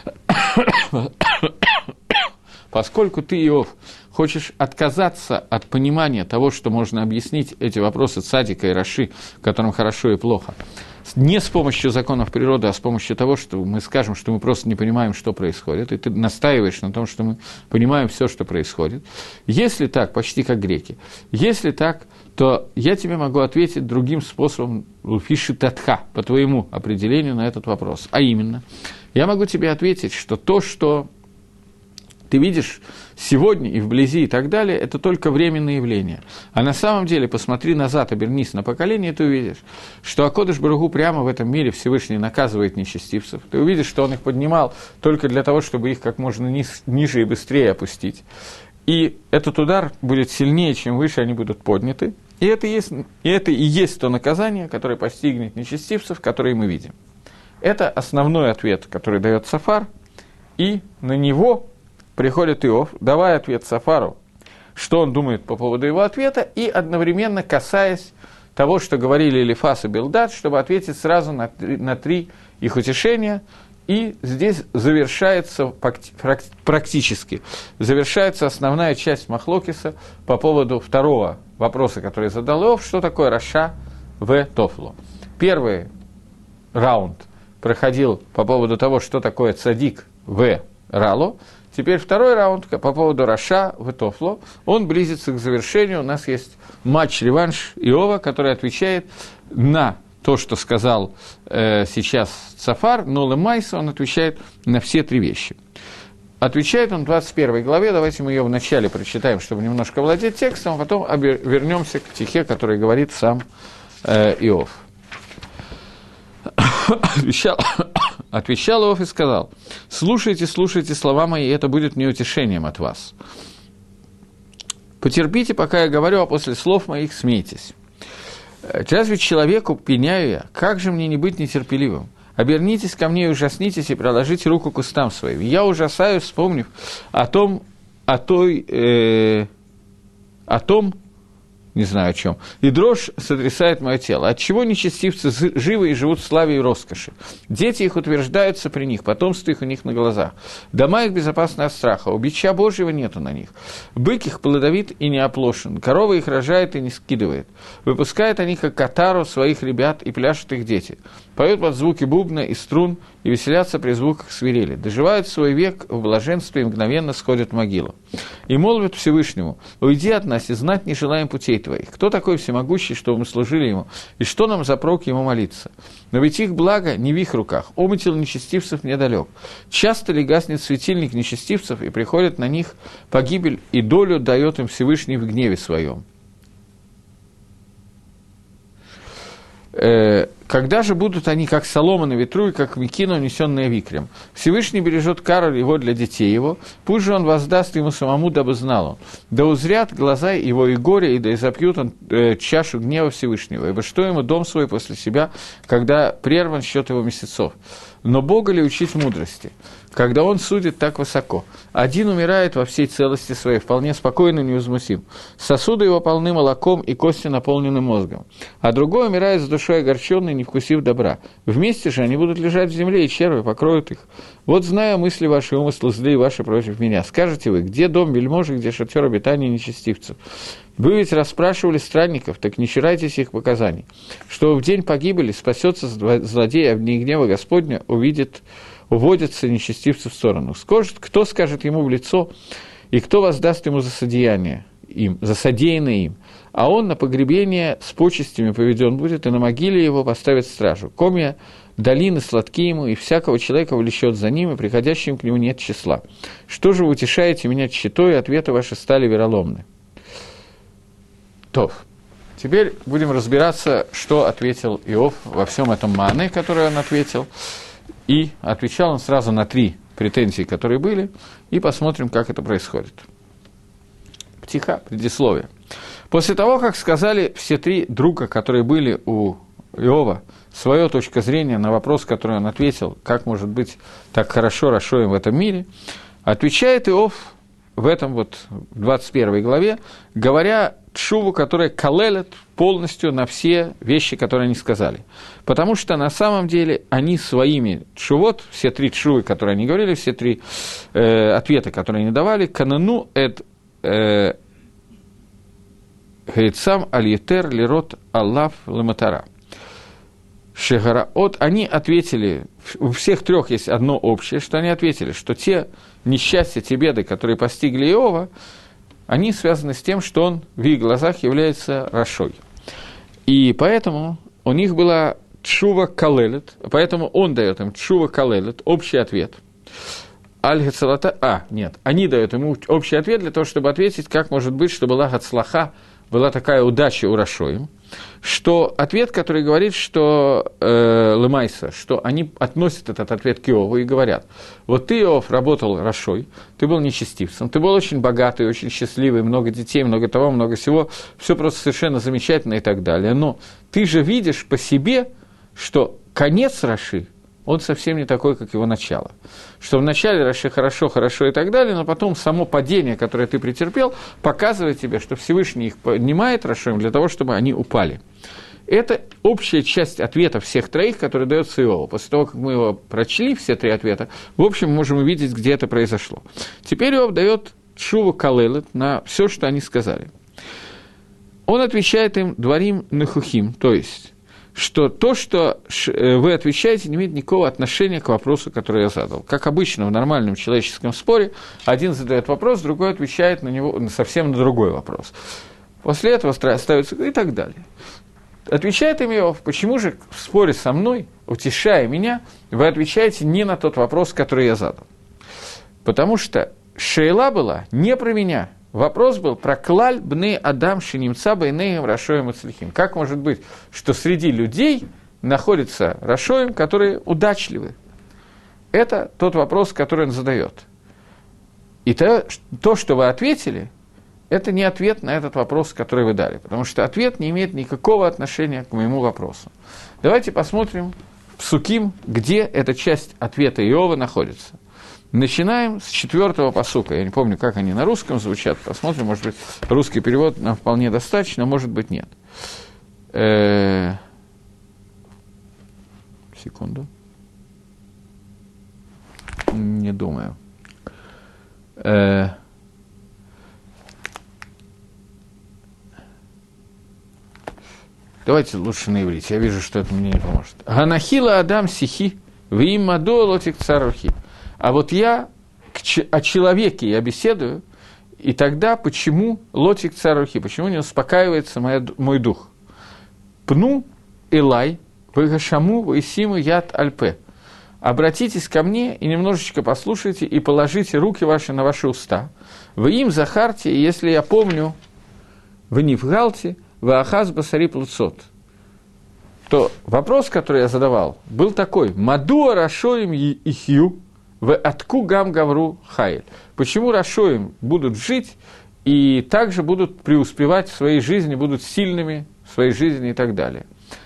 Поскольку ты, Иов, хочешь отказаться от понимания того, что можно объяснить эти вопросы цадика и раши, которым хорошо и плохо, не с помощью законов природы, а с помощью того, что мы скажем, что мы просто не понимаем, что происходит, и ты настаиваешь на том, что мы понимаем все, что происходит. Если так, почти как греки, если так, то я тебе могу ответить другим способом, фиши татха, по твоему определению на этот вопрос. А именно, я могу тебе ответить, что то, что ты видишь сегодня и вблизи и так далее, это только временное явление. А на самом деле, посмотри назад, обернись на поколение, ты увидишь, что Акодыш Барух Ху прямо в этом мире Всевышний наказывает нечестивцев. Ты увидишь, что он их поднимал только для того, чтобы их как можно ниже и быстрее опустить. И этот удар будет сильнее, чем выше они будут подняты. И это и есть то наказание, которое постигнет нечестивцев, которое мы видим. Это основной ответ, который дает Софар, и на него приходит Иов, давая ответ Софару, что он думает по поводу его ответа, и одновременно касаясь того, что говорили Элифаз и Билдад, чтобы ответить сразу на три их утешения. И здесь завершается практически основная часть Махлокиса по поводу второго вопроса, который задал Иов, что такое Раша в Тофло. Первый раунд проходил по поводу того, что такое цадик в Рало. Теперь второй раунд по поводу Раша в Тофло. Он близится к завершению. У нас есть матч-реванш Иова, который отвечает на то, что сказал сейчас Софар, но Лемайса он отвечает на все три вещи. Отвечает он в 21 главе, давайте мы ее вначале прочитаем, чтобы немножко владеть текстом, а потом вернемся к стихе, который говорит сам Иов. Отвечал Иов и сказал: «Слушайте, слушайте слова мои, и это будет мне утешением от вас. Потерпите, пока я говорю, а после слов моих смейтесь. Разве человеку пеняю я? Как же мне не быть нетерпеливым? Обернитесь ко мне и ужаснитесь, и приложите руку к устам своим. Я ужасаю, вспомнив о том, не знаю о чем, и дрожь сотрясает мое тело. Отчего нечестивцы живы и живут в славе и роскоши? Дети их утверждаются при них, потомство их у них на глазах. Дома их безопасны от страха, у бича Божьего нету на них. Бык их плодовит и не оплошен, корова их рожает и не скидывает. Выпускают они, как катару, своих ребят, и пляшут их дети. Поют под звуки бубна и струн, и веселятся при звуках свирели. Доживают свой век в блаженстве и мгновенно сходят в могилу. И молвят Всевышнему: уйди от нас, и знать не желаем путей твоих. Кто такой всемогущий, чтобы мы служили ему, и что нам за прок ему молиться? Но ведь их благо не в их руках, омытел нечестивцев недалек. Часто ли гаснет светильник нечестивцев, и приходит на них погибель, и долю дает им Всевышний в гневе своем? Когда же будут они, как солома на ветру, и как мекина, унесенная вихрем? Всевышний бережет кару его для детей его, пусть же он воздаст ему самому, дабы знал он. Да узрят глаза его и горе, и да изопьют он чашу гнева Всевышнего, ибо что ему дом свой после себя, когда прерван счет его месяцев? Но Бога ли учить мудрости, когда он судит так высоко? Один умирает во всей целости своей, вполне спокойно и невозмутим. Сосуды его полны молоком, и кости наполнены мозгом. А другой умирает с душой огорченной, не вкусив добра. Вместе же они будут лежать в земле, и черви покроют их. Вот зная мысли ваши, умыслы злые ваши против меня. Скажете вы, где дом вельможи, где шатер обитания нечестивцев? Вы ведь расспрашивали странников, так не чурайтесь их показаний. Что в день погибели спасется злодей, а в дни гнева Господня уводятся нечестивцы в сторону. Кто скажет ему в лицо, и кто воздаст ему за содеянное им? А он на погребение с почестями поведен будет, и на могиле его поставит стражу. Комья долины сладки ему, и всякого человека влечет за ним, и приходящим к нему нет числа. Что же вы утешаете меня тщетой, и ответы ваши стали вероломны? Тов. Теперь будем разбираться, что ответил Иов во всем этом маане, который он ответил. И отвечал он сразу на три претензии, которые были, и посмотрим, как это происходит. Птиха, предисловие. После того, как сказали все три друга, которые были у Иова, свою точку зрения на вопрос, который он ответил, как может быть так хорошо им в этом мире, отвечает Иов в этом вот 21 главе, говоря тшуву, которая калелет полностью на все вещи, которые они сказали. Потому что на самом деле они своими тшувот, все три тшувы, которые они говорили, все три ответа, которые они давали, канану эд гейцам аль-етер лирот аллав лематара. Шегараот, они ответили, у всех трех есть одно общее, что они ответили, что те несчастья, те беды, которые постигли Иова, они связаны с тем, что он в их глазах является рашой. И поэтому у них была тшува калелет, поэтому он дает им тшува калелет, общий ответ. Аль-Гацалата... нет, они дают ему общий ответ для того, чтобы ответить, как может быть, что была Гацлаха, была такая удача у Рашоим, что ответ, который говорит, что Лемайса, что они относят этот ответ к Иову и говорят, вот ты, Иов, работал Рашой, ты был нечестивцем, ты был очень богатый, очень счастливый, много детей, много того, много всего, все просто совершенно замечательно и так далее, но ты же видишь по себе, что конец Раши, он совсем не такой, как его начало. Что в начале Раши хорошо, хорошо и так далее, но потом само падение, которое ты претерпел, показывает тебе, что Всевышний их поднимает Рашоим для того, чтобы они упали. Это общая часть ответов всех троих, которые дается Иову. После того, как мы его прочли, все три ответа, в общем, мы можем увидеть, где это произошло. Теперь Иов дает тшуву калелет на все, что они сказали. Он отвечает им «дварим нехухим», то есть что то, что вы отвечаете, не имеет никакого отношения к вопросу, который я задал. Как обычно в нормальном человеческом споре, один задает вопрос, другой отвечает на него совсем на другой вопрос. После этого ставится и так далее. Отвечает им Иов, почему же в споре со мной, утешая меня, вы отвечаете не на тот вопрос, который я задал? Потому что шейла была не про меня. Вопрос был про клаль бны адам шинимца байнеем рашоем и цлихим. Как может быть, что среди людей находится рашоем, которые удачливы? Это тот вопрос, который он задает. И то, что вы ответили, это не ответ на этот вопрос, который вы дали, потому что ответ не имеет никакого отношения к моему вопросу. Давайте посмотрим в Псуким, где эта часть ответа Иова находится. Начинаем с 4-го пасука. Я не помню, как они на русском звучат. Посмотрим, может быть, русский перевод нам вполне достаточно, может быть, нет. Секунду. Не думаю. Давайте лучше на иврите. Я вижу, что это мне не поможет. Ганахила адам сихи, вим мадо лотик царухи. А вот я о человеке я беседую, и тогда почему лотик царухи, почему не успокаивается мой дух? Пну элай, вегашаму, вейсиму яд альпе. Обратитесь ко мне и немножечко послушайте, и положите руки ваши на ваши уста. Вы им захарте, и если я помню, вы не вгалте, вы ахаз басари плуцот. То вопрос, который я задавал, был такой: Мадуа рашоим ихью, в атку гам гавру хайль. Почему рашоим будут жить и также будут преуспевать в своей жизни, будут сильными в своей жизни и так далее.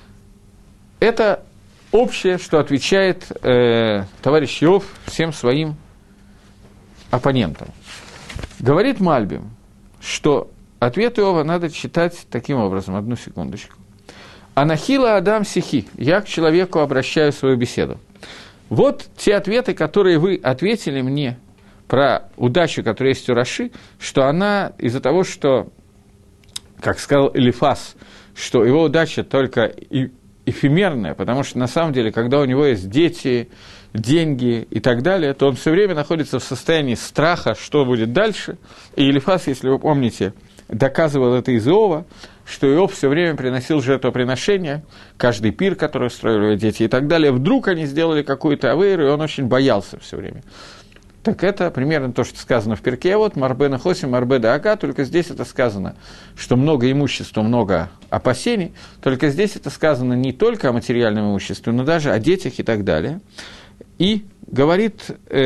Это общее, что отвечает товарищ Иов всем своим оппонентам. Говорит Мальбим, что ответ Иова надо читать таким образом. Одну секундочку. «Анахила адам сихи» – «Я к человеку обращаю свою беседу». Вот те ответы, которые вы ответили мне про удачу, которая есть у Раши, что она из-за того, что, как сказал Элифаз, что его удача только эфемерная, потому что на самом деле, когда у него есть дети, деньги и так далее, то он все время находится в состоянии страха, что будет дальше. И Элифаз, если вы помните, доказывал это из Иова, что Иов все время приносил жертвоприношения, каждый пир, который устроили его дети и так далее. Вдруг они сделали какую-то авейру, и он очень боялся все время. Так это примерно то, что сказано в Перке, вот Марбена Хосим, Марбеда Ака, только здесь это сказано, что много имущества, много опасений, только здесь это сказано не только о материальном имуществе, но даже о детях и так далее. И говорит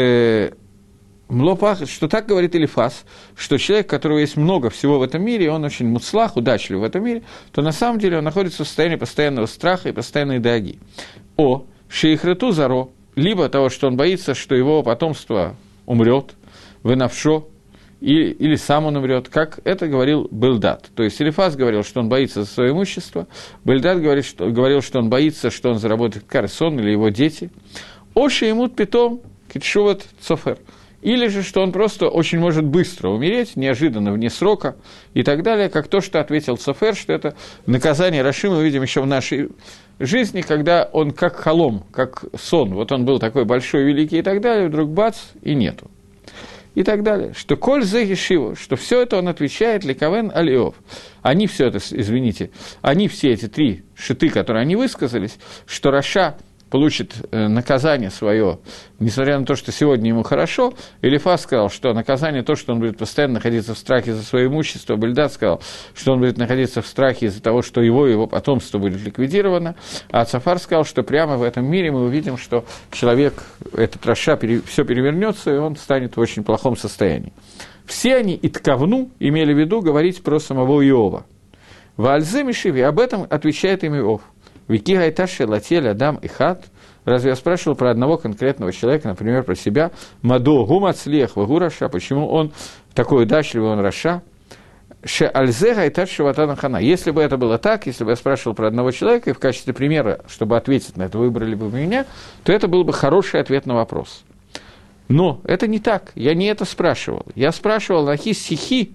Млопах, что так говорит Элифаз, что человек, у которого есть много всего в этом мире, он очень муцлах, удачлив в этом мире, то на самом деле он находится в состоянии постоянного страха и постоянной даги. О шейхрету заро, либо того, что он боится, что его потомство умрет, вынавшо, или сам он умрет, как это говорил Бельдад. То есть Элифаз говорил, что он боится за свое имущество, Бельдад говорил, что он боится, что он заработает карсон или его дети. О шеймут питом китшуват цофер. Или же, что он просто очень может быстро умереть, неожиданно, вне срока, и так далее, как то, что ответил Цофер, что это наказание Раши, мы видим еще в нашей жизни, когда он как холом, как сон, вот он был такой большой, великий и так далее, вдруг бац, и нету. И так далее. Что коль зе ешиву, что все это он отвечает ликавен алиов. Они все это, извините, они все эти три шиты, которые они высказались, что Раша получит наказание свое, несмотря на то, что сегодня ему хорошо, Элифаз сказал, что наказание то, что он будет постоянно находиться в страхе за свое имущество, Бельдад сказал, что он будет находиться в страхе из-за того, что его потомство будет ликвидировано, а Цафар сказал, что прямо в этом мире мы увидим, что человек, этот Раша, все перевернется, и он станет в очень плохом состоянии. Все они иткавну имели в виду говорить про самого Иова. Ваальзе Мишиви, об этом отвечает им Иов. Вики гайташи латель адам и хат. Разве я спрашивал про одного конкретного человека, например, про себя? Мадо гумацлех вагу Раша. Почему он такой удачливый, он Раша? Ше альзе гайташи ватана хана. Если бы это было так, если бы я спрашивал про одного человека, и в качестве примера, чтобы ответить на это, выбрали бы меня, то это был бы хороший ответ на вопрос. Но это не так, я не это спрашивал. Я спрашивал нахи сихи,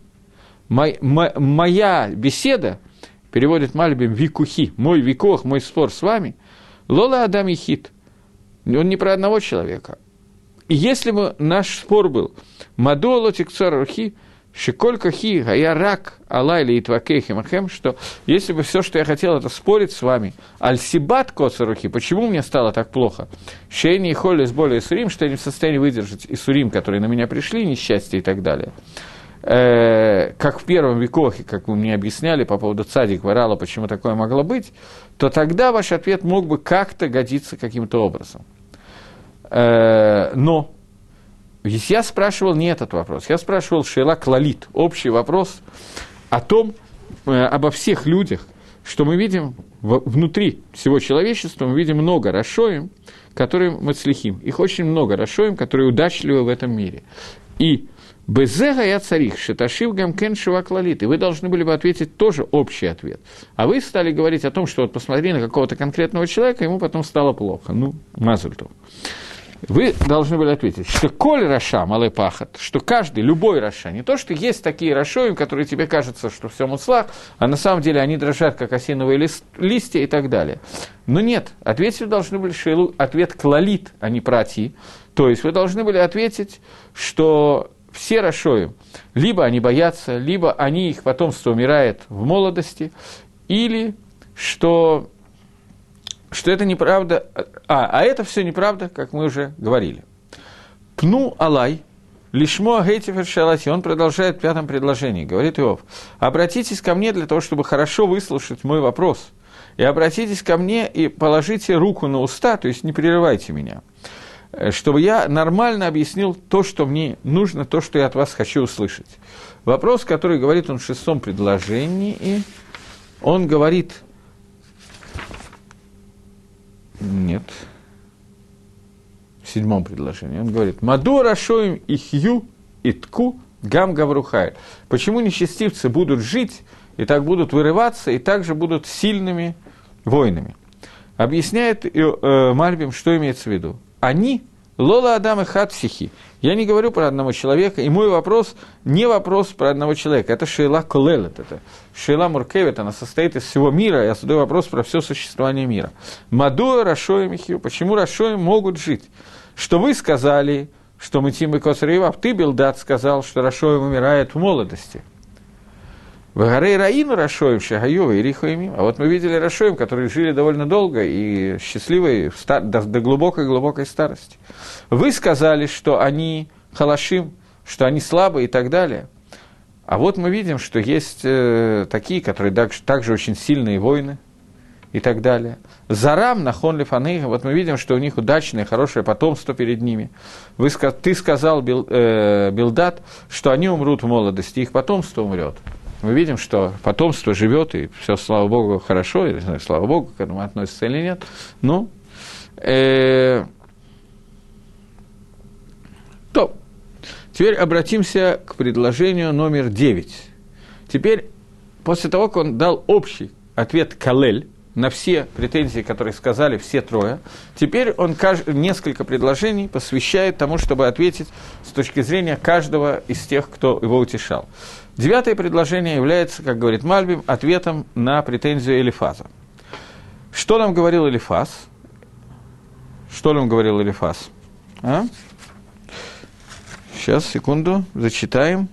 моя беседа, переводит Мальбим викухи, мой викох, мой спор с вами, лола адам и хит. Он не про одного человека. И если бы наш спор был мадо лотик царухи, шиколька хи, гаярак, алайли и твакейхимахем, что если бы все, что я хотел, это спорить с вами, альсибат коцарухи, почему мне стало так плохо? Шейни и холли с более сурим, что я не в состоянии выдержать и сурим, которые на меня пришли, несчастье и так далее. Как в первом векове, как вы мне объясняли по поводу цадик варала, почему такое могло быть, то тогда ваш ответ мог бы как-то годиться каким-то образом. Но я спрашивал не этот вопрос, я спрашивал шейла клалит, общий вопрос о том, обо всех людях, что мы видим внутри всего человечества, мы видим много рашоим, которые мацлихим, их очень много рашоим, которые удачливы в этом мире. И «Безега я царих, шеташив гамкен шиваклалит». И вы должны были бы ответить тоже общий ответ. А вы стали говорить о том, что вот посмотри на какого-то конкретного человека, ему потом стало плохо. Ну, мазальтов. Вы должны были ответить, что коль раша, малый пахат, что каждый, любой раша, не то, что есть такие рашоим, которые тебе кажется, что все муцлах, а на самом деле они дрожат, как осиновые листья и так далее. Но нет, ответить вы должны были шейлу, ответ клалит, а не прати. То есть вы должны были ответить, что все рашоим, либо они боятся, либо их потомство умирает в молодости, или что это неправда, а это все неправда, как мы уже говорили. Пну алай, лишмо агейтифер шалати, он продолжает в 5 предложении, говорит Иов, обратитесь ко мне для того, чтобы хорошо выслушать мой вопрос, и обратитесь ко мне и положите руку на уста, то есть не прерывайте меня, чтобы я нормально объяснил то, что мне нужно, то, что я от вас хочу услышать. Вопрос, который говорит он в 6 предложении, и он говорит... Нет. В 7 предложении. Он говорит, «Маду рашоим ихью итку гам гаврухай». Почему нечестивцы будут жить, и так будут вырываться, и также будут сильными воинами? Объясняет Мальбим, что имеется в виду. Они, лола адам и хат психи. Я не говорю про одного человека, и мой вопрос не вопрос про одного человека. Это шейла колелет, это шейла муркевит, она состоит из всего мира, я задаю вопрос про все существование мира. Мадуа рашоем ихью, почему рашоем могут жить? Что вы сказали, что мы Тим и Коцареевав, ты, Белдад, сказал, что рашоем умирает в молодости. Вагарей Раину Рашоем, Шагайова и Рихоими. А вот мы видели Рашоем, которые жили довольно долго и счастливые до глубокой-глубокой старости. Вы сказали, что они халашим, что они слабые и так далее. А вот мы видим, что есть такие, которые также очень сильные воины и так далее. Зарам, нахон лифанейха, вот мы видим, что у них удачное, хорошее потомство перед ними. Ты сказал, Билдад, что они умрут в молодости, их потомство умрет. Мы видим, что потомство живет, и все, слава Богу, хорошо, я не знаю, слава Богу, к этому относится или нет. Ну, то, теперь обратимся к предложению номер 9. Теперь, после того, как он дал общий ответ «Калель» на все претензии, которые сказали все трое, теперь он несколько предложений посвящает тому, чтобы ответить с точки зрения каждого из тех, кто его утешал. 9 предложение является, как говорит Мальбим, ответом на претензию Элифаза. Что нам говорил Элифаз? Сейчас, секунду, зачитаем.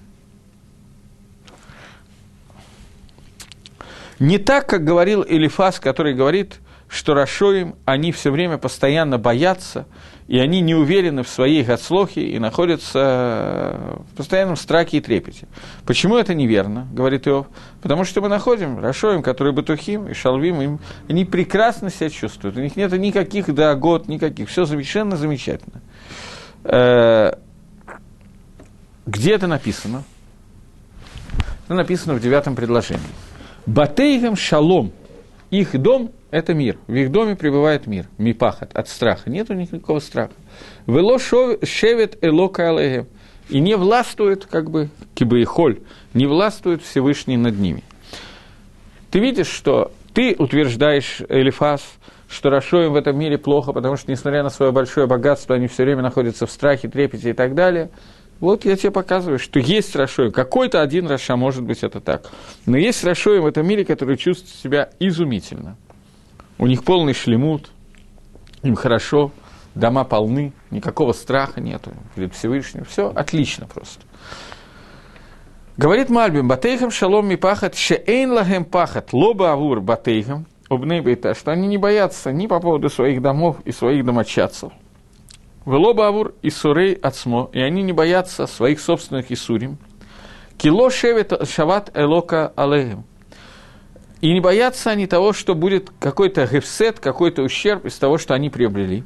Не так, как говорил Элифаз, который говорит, что рашоим, они все время постоянно боятся, и они не уверены в своей гацлохе и находятся в постоянном страхе и трепете. Почему это неверно, говорит Иов? Потому что мы находим рашоим, которые батухим и шалвим, они прекрасно себя чувствуют, у них нет никаких даагот, никаких, все совершенно замечательно. Где это написано? Это написано в 9 предложении. Батейгам шалом. Их дом – это мир. В их доме пребывает мир. Мипахат, от страха. Нет у них никакого страха. Вело шевет элока алейгем. И не властвует, как бы, кибаихоль, не властвует Всевышний над ними. Ты видишь, что ты утверждаешь, Элифаз, что рашоим в этом мире плохо, потому что, несмотря на свое большое богатство, они все время находятся в страхе, трепете и так далее. Вот я тебе показываю, что есть рашоим. Какой-то один раша, может быть, это так. Но есть рашоим в этом мире, которые чувствуют себя изумительно. У них полный шлемут, им хорошо, дома полны, никакого страха нету перед Всевышним. Все отлично просто. Говорит Мальбим, батейхам шалом ми пахат, шеэйн лагем пахат, лоба авур батейхам, обнейбейта, что они не боятся ни по поводу своих домов и своих домочадцев. Велоба авур исурей ацмо, и они не боятся своих собственных исурим. Кило шевет шават элока алейхем. И не боятся они того, что будет какой-то гефсет, какой-то ущерб из того, что они приобрели.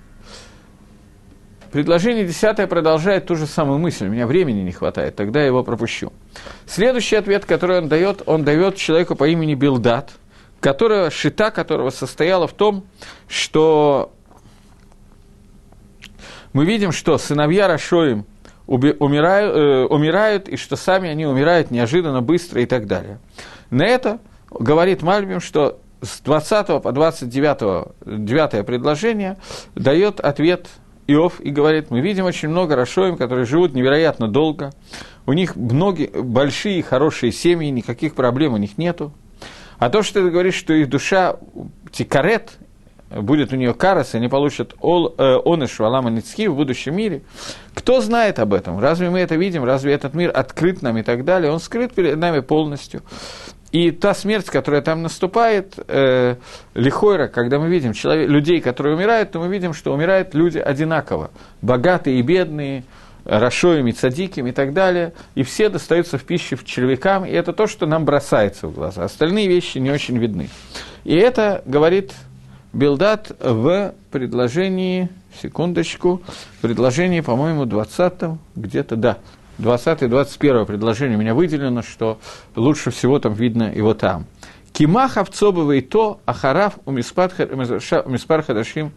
Предложение 10 продолжает ту же самую мысль. У меня времени не хватает, тогда я его пропущу. Следующий ответ, который он дает человеку по имени Билдат, шита которого состояла в том, что мы видим, что сыновья Рашоим умирают, и что сами они умирают неожиданно, быстро и так далее. На это говорит Мальбим, что с 20 по 29 предложение дает ответ Иов и говорит, мы видим очень много Рашоим, которые живут невероятно долго, у них большие хорошие семьи, никаких проблем у них нету. А то, что ты говоришь, что их душа тикарет, будет у нее карас, и они получат оныш валама ницки в будущем мире. Кто знает об этом? Разве мы это видим? Разве этот мир открыт нам и так далее? Он скрыт перед нами полностью. И та смерть, которая там наступает, лихойра, когда мы видим людей, которые умирают, то мы видим, что умирают люди одинаково. Богатые и бедные, рашоями, цадиками и так далее. И все достаются в пищу червякам, и это то, что нам бросается в глаза. Остальные вещи не очень видны. И это говорит Билдат в предложении, секундочку, предложении, по-моему, 20-м, где-то, да, 20-21 предложение у меня выделено, что лучше всего там видно его там. Кимах овцобовый то, ахараф у миспар хадашим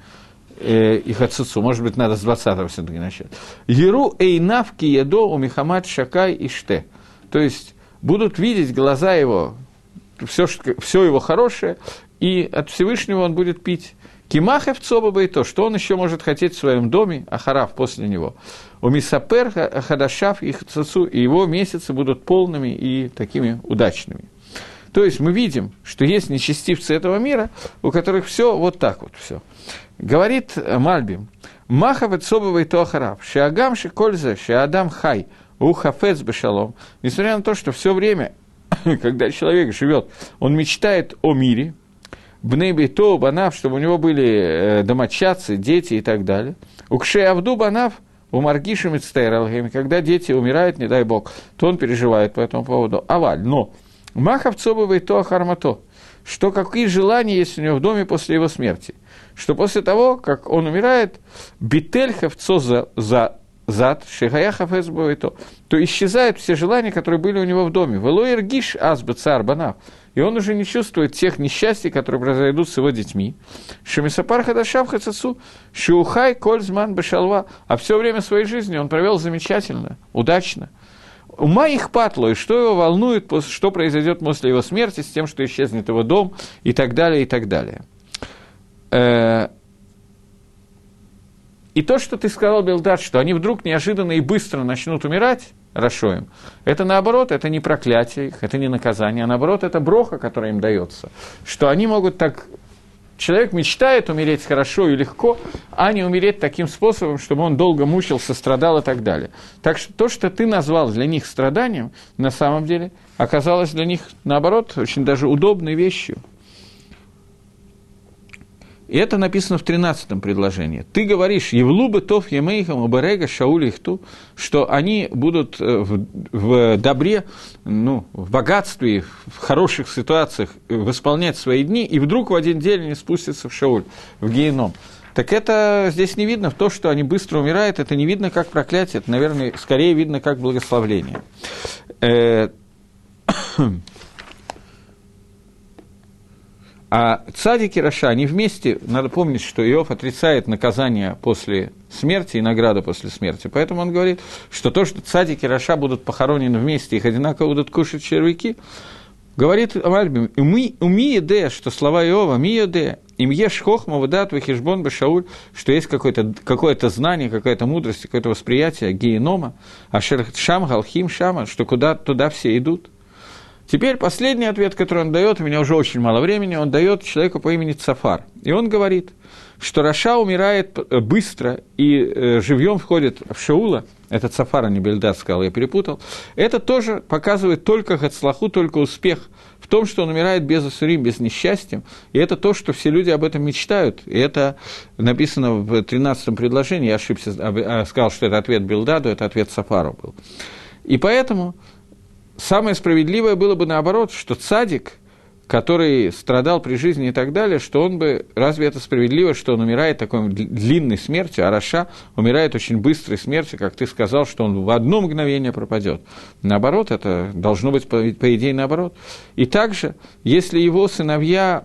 и хацуцу. Может быть, надо с 20-го все-таки начать. Еру эйнав киедо у михамад шакай и ште. То есть, будут видеть глаза его, все его хорошее, и от Всевышнего он будет пить. Кимахев цобаба и то, что он еще может хотеть в своем доме, ахараф после него. У мисапер хадашав их цацу, и его месяцы будут полными и такими удачными. То есть мы видим, что есть нечестивцы этого мира, у которых все вот так вот все. Говорит Мальбим, махав цобаба и то ахараф, шеагам шекользе, шеадам хай, ухафец бешалом. Несмотря на то, что все время, когда человек живет, он мечтает о мире, бней-бейто, банав, чтобы у него были домочадцы, дети и так далее. Укшей авду банав, у маргиши мицтейралгеми, когда дети умирают, не дай бог, то он переживает по этому поводу. Аваль, но махав цобы-бейто ахармато, что какие желания есть у него в доме после его смерти, что после того, как он умирает, бительхав цоза зад, шехаяхав эсбоито, то исчезают все желания, которые были у него в доме. Велоир гиш азбе цар банав. И он уже не чувствует тех несчастий, которые произойдут с его детьми. Шемисапар хадашав хацацу, шиухай кользман бешалва. А все время своей жизни он провел замечательно, удачно. Ума их патло, и что его волнует, что произойдет после его смерти, с тем, что исчезнет его дом, и так далее, и так далее. И то, что ты сказал, Билдат, что они вдруг неожиданно и быстро начнут умирать, рашоим, это наоборот, это не проклятие их, это не наказание, а наоборот, это броха, которая им дается, что они могут так... Человек мечтает умереть хорошо и легко, а не умереть таким способом, чтобы он долго мучился, страдал и так далее. Так что то, что ты назвал для них страданием, на самом деле оказалось для них, наоборот, очень даже удобной вещью. И это написано в 13-м предложении. Ты говоришь, «Евлубы тов емейхам оберега шаули ихту», что они будут в добре, в богатстве, в хороших ситуациях восполнять свои дни, и вдруг в один день они спустятся в Шауль, в гееном. Так это здесь не видно, то, что они быстро умирают, это не видно как проклятие, это, наверное, скорее видно как благословление. А цадик и раша, они вместе, надо помнить, что Иов отрицает наказание после смерти и награду после смерти, поэтому он говорит, что то, что цадик и раша будут похоронены вместе, их одинаково будут кушать червяки, говорит Мальбим, уми еде, что слова Иова, ми еде, им ешь хохма, выдат, вахишбон, башауль, что есть какое-то знание, какая-то мудрость, какое-то восприятие геенома, а шам, галхим, шама, что куда туда все идут. Теперь последний ответ, который он дает, у меня уже очень мало времени, он дает человеку по имени Цафар. И он говорит, что раша умирает быстро и живьем входит в Шаула, это Цафар, а не Бельдад сказал, я перепутал, это тоже показывает только гацлаху, только успех в том, что он умирает без асурим, без несчастья, и это то, что все люди об этом мечтают, и это написано в 13-м предложении, я ошибся, сказал, что это ответ Бельдаду, это ответ Цафару был. И поэтому самое справедливое было бы наоборот, что цадик, который страдал при жизни и так далее, что он бы, разве это справедливо, что он умирает такой длинной смертью, а раша умирает очень быстрой смертью, как ты сказал, что он в одно мгновение пропадет. Наоборот, это должно быть, по идее, наоборот. И также, если его сыновья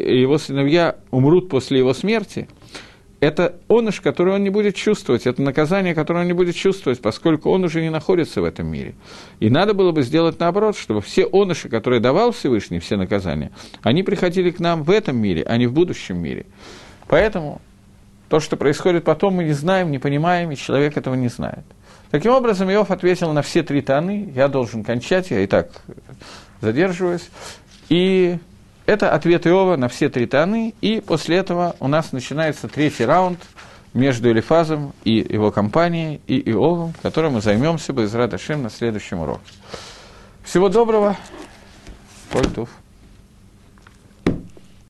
умрут после его смерти, это оныш, который он не будет чувствовать, это наказание, которое он не будет чувствовать, поскольку он уже не находится в этом мире. И надо было бы сделать наоборот, чтобы все оныши, которые давал Всевышний, все наказания, они приходили к нам в этом мире, а не в будущем мире. Поэтому то, что происходит потом, мы не знаем, не понимаем, и человек этого не знает. Таким образом, Иов ответил на все три таны, я должен кончать, я и так задерживаюсь, и это ответ Иова на все три таны, и после этого у нас начинается третий раунд между Элифазом и его компанией, и Иовом, которым мы займемся, Бе'эзрат Ашем, на следующем уроке. Всего доброго. Коль тув.